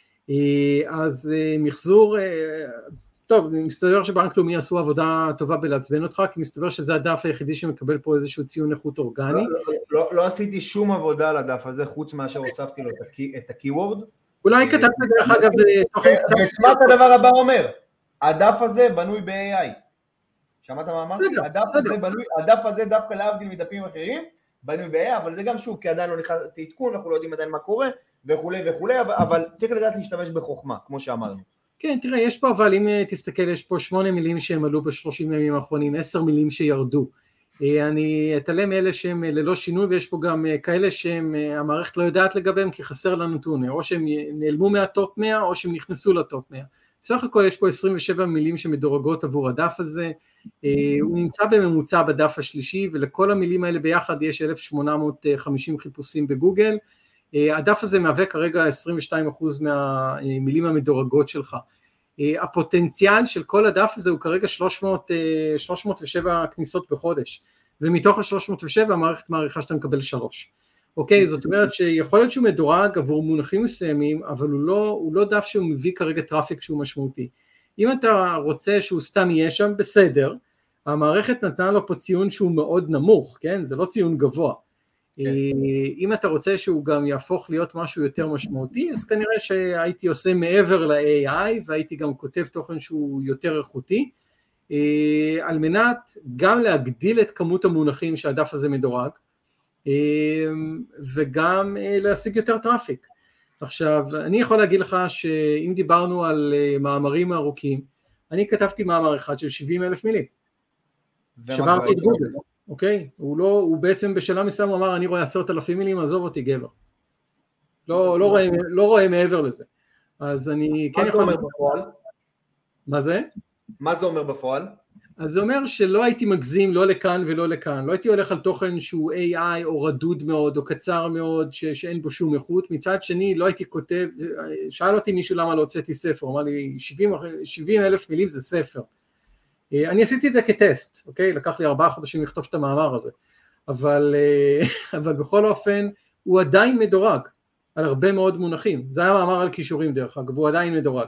אז מחזור, טוב, מסתבר שבנק לאומי עשו עבודה טובה בלעצבן אותך, כי מסתבר שזה הדף היחידי שמקבל פה איזשהו ציון איכות אורגני. לא עשיתי שום עבודה על הדף הזה, חוץ מאשר הוספתי לו את הקיוורד. אולי כתבת דרך אגב תוכן קצת. ושמעת הדבר הבא אומר, הדף הזה בנוי ב-AI. שמעת מה אמרתי? הדף הזה דווקא להבדיל מדפים אחרים, בנוי ב-AI, אבל זה גם שוב, כי עדיין לא נכנס עדכון, אנחנו לא יודעים עדיין מה קורה, וכולי, אבל צריך לדעת להשתמש בחוכמה, כמו שאמרנו. כן, תראה, יש פה, אבל אם תסתכל, יש פה 8 מילים שהם עלו ב30 ימים האחרונים, 10 מילים שירדו. אני אתעלם אלה שהם ללא שינוי, ויש פה גם כאלה שהם, המערכת לא יודעת לגביהם, כי חסר לנו נתון, או שהם נעלמו מהטופ 100, או שהם נכנסו לטופ 100. בסך הכל יש פה 27 מילים שמדורגות עבור הדף הזה, הוא נמצא בממוצע בדף השלישי, ולכל המילים האלה ביחד יש 1850 חיפושים בגוגל, הדף הזה מהווה כרגע 22% מהמילים המדורגות שלך, הפוטנציאל של כל הדף הזה הוא כרגע 307 כניסות בחודש, ומתוך ה-307 המערכת מעריכה שאתה מקבל 3, אוקיי, זאת אומרת שיכול להיות שהוא מדורג עבור מונחים מסוימים, אבל הוא לא דף שהוא מביא כרגע טראפיק שהוא משמעותי. אם אתה רוצה שהוא סתם יהיה שם, בסדר, המערכת נתנה לו פה ציון שהוא מאוד נמוך, כן, זה לא ציון גבוה. אם אתה רוצה שהוא גם יהפוך להיות משהו יותר משמעותי, אז כנראה שהייתי עושה מעבר ל-AI, והייתי גם כותב תוכן שהוא יותר איכותי, על מנת גם להגדיל את כמות המונחים שהדף הזה מדורג, וגם להשיג יותר טראפיק. עכשיו, אני יכול להגיד לך שאם דיברנו על מאמרים ארוכים, אני כתבתי מאמר אחד של 70,000 מילים, שברתי את גוגל. אוקיי? הוא בעצם בשלב מסוים הוא אמר, אני רואה 10,000 מילים, עזוב אותי גבר. לא רואה מעבר לזה. אז אני כן יכול... מה זה אומר בפועל? מה זה? מה זה אומר בפועל? אז זה אומר שלא הייתי מגזים לא לכאן ולא לכאן, לא הייתי הולך על תוכן שהוא AI או רדוד מאוד או קצר מאוד שאין בו שום איכות, מצד שני לא הייתי כותב, שאל אותי מישהו למה לא הוצאתי ספר, הוא אמר לי 70,000 מילים זה ספר. אני עשיתי את זה כטסט, אוקיי? לקח לי 4 חודשים לכתוב את המאמר הזה, אבל בכל אופן הוא עדיין מדורג על הרבה מאוד מונחים, זה היה מאמר על קישורים דרך אגב, הוא עדיין מדורג,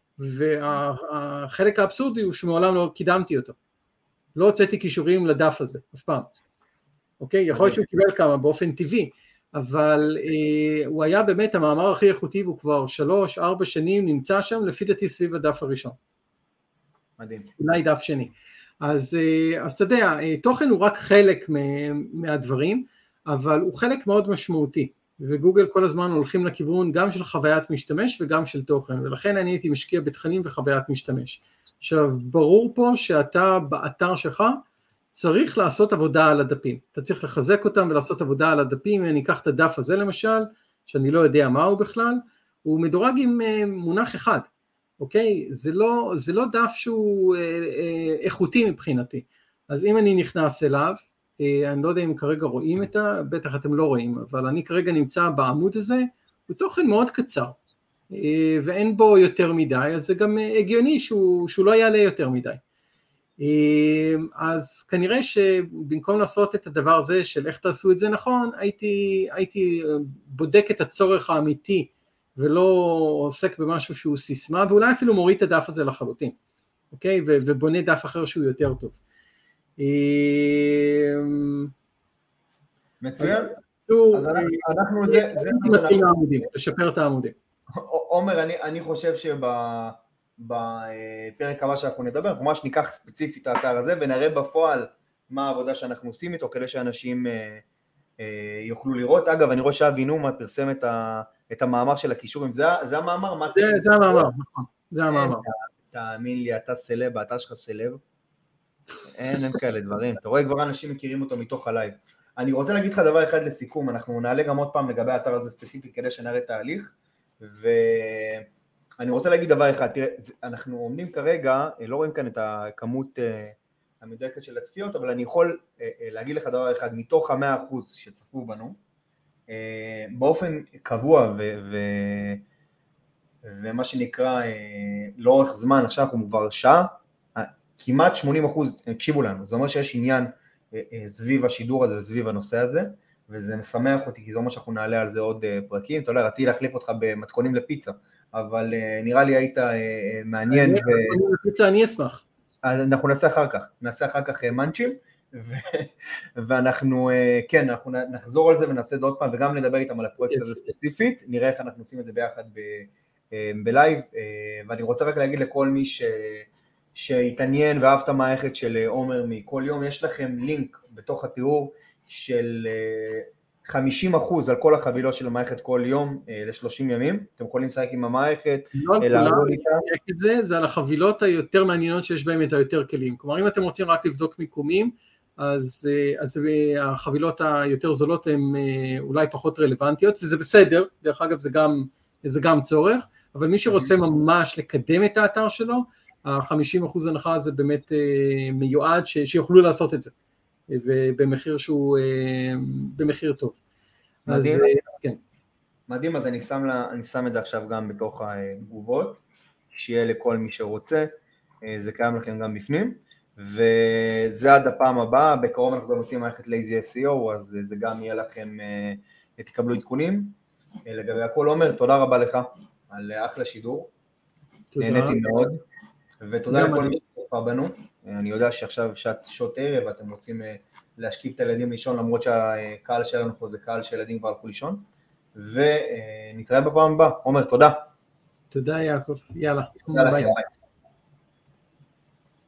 והחלק האבסורדי הוא שמעולם לא קידמתי אותו, לא הוצאתי קישורים לדף הזה, אף פעם. אוקיי? יכול להיות שהוא קיבל כמה באופן טבעי, אבל הוא היה באמת המאמר הכי איכותי, והוא כבר 3-4 שנים נמצא שם, לפי דעתי סביב הדף הראשון. מדהים. אולי דף שני. אז אתה יודע, תוכן הוא רק חלק מהדברים, אבל הוא חלק מאוד משמעותי, וגוגל כל הזמן הולכים לכיוון גם של חוויית משתמש וגם של תוכן, ולכן אני הייתי משקיע בתכנים וחוויית משתמש. עכשיו, ברור פה שאתה באתר שלך צריך לעשות עבודה על הדפים, אתה צריך לחזק אותם ולעשות עבודה על הדפים. אם אני אקח את הדף הזה למשל, שאני לא יודע מהו בכלל, הוא מדורג עם מונח אחד, אוקיי? זה לא דף שהוא איכותי מבחינתי, אז אם אני נכנס אליו, אני לא יודע אם כרגע רואים בטח אתם לא רואים, אבל אני כרגע נמצא בעמוד הזה, הוא תוכן מאוד קצר, ואין בו יותר מדי, אז זה גם הגיוני שהוא לא יעלה יותר מדי. אז כנראה שבמקום לעשות את הדבר הזה של איך תעשו את זה נכון, הייתי בודק את הצורך האמיתי, ולא עוסק במשהו שהוא סיסמה, ואולי אפילו מוריד את הדף הזה לחלוטין, אוקיי? ובונה דף אחר שהוא יותר טוב. מצוין. אז אנחנו זה לשפר את העמודים. עומר, אני חושב שבפרק הבא שאנחנו נדבר, אנחנו ממש ניקח ספציפית את האתר הזה, ונראה בפועל מה העבודה שאנחנו עושים איתו, כדי שאנשים יוכלו לראות. אגב, אני רואה שאבי נומה פרסם את המאמר של הכישורים, זה המאמר? זה המאמר, נכון, זה המאמר. תאמין לי, אתה סלב, האתר שלך סלב. אין כאלה דברים, אתה רואה כבר אנשים מכירים אותו מתוך הלייב. אני רוצה להגיד לך דבר אחד לסיכום, אנחנו נעלה גם עוד פעם לגבי האתר הזה ספציפית כדי שנראה תהליך, ואני רוצה להגיד דבר אחד, תראה, אנחנו עומדים כרגע, לא רואים כאן את הכמות המדויקת של הצפיות, אבל אני יכול להגיד לך דבר אחד, מתוך 100% שצפו בנו, באופן קבוע ומה שנקרא לאורך זמן, עכשיו אנחנו כבר שעה, כמעט 80% הקשיבו לנו, זה אומר שיש עניין סביב השידור הזה וסביב הנושא הזה, וזה משמח אותי, כי זה אומר שאנחנו נעלה על זה עוד פרקים. אתה יודע, רציתי להחליף אותך במתכונים לפיצה, אבל נראה לי היית מעניין. לפיצה אני אשמח. אנחנו נעשה אחר כך מנצ'ים, ואנחנו, כן, אנחנו נחזור על זה ונעשה את זה עוד פעם, וגם נדבר איתם על הפרויקט הזה ספציפית, נראה איך אנחנו עושים את זה ביחד בלייב, ואני רוצה רק להגיד לכל מי שהתעניין ואהב את המערכת של עומר מכל יום, יש לכם לינק בתוך התיאור של 50% על כל החבילות של המערכת כל יום ל-30 ימים, אתם יכולים לשחק עם המערכת, לעבוד איתה. זה על החבילות היותר מעניינות שיש בהן את היותר כלים, כלומר אם אתם רוצים רק לבדוק מיקומים, אז החבילות היותר זולות הן אולי פחות רלוונטיות, וזה בסדר, דרך אגב זה גם צורך, אבל מי שרוצה ממש לקדם את האתר שלו, ה-50% הנחה זה באמת מיועד שיוכלו לעשות את זה, ובמחיר שהוא במחיר טוב. מדהים. אז כן. מדהים, אז אני שם את זה עכשיו גם בתוך התגובות, שיהיה לכל מי שרוצה, זה קיים לכם גם בפנים, וזה עד הפעם הבאה, בקרוב אנחנו גם מוצאים מערכת Lazy SEO, אז זה גם יהיה לכם, תקבלו עדכונים, לגבי הכל. עומר, תודה רבה לך על אחלה שידור, נהניתי מאוד, ותודה לכל מי שצפה בנו. אני יודע שעכשיו שעות ערב ואתם רוצים להשכיב את הילדים לישון, למרות שהקהל שלנו פה זה קהל שילדים כבר הלכו לישון, ונתראה בפעם הבאה. עומר, תודה. תודה יעקב, יאללה. תודה לכם, ביי.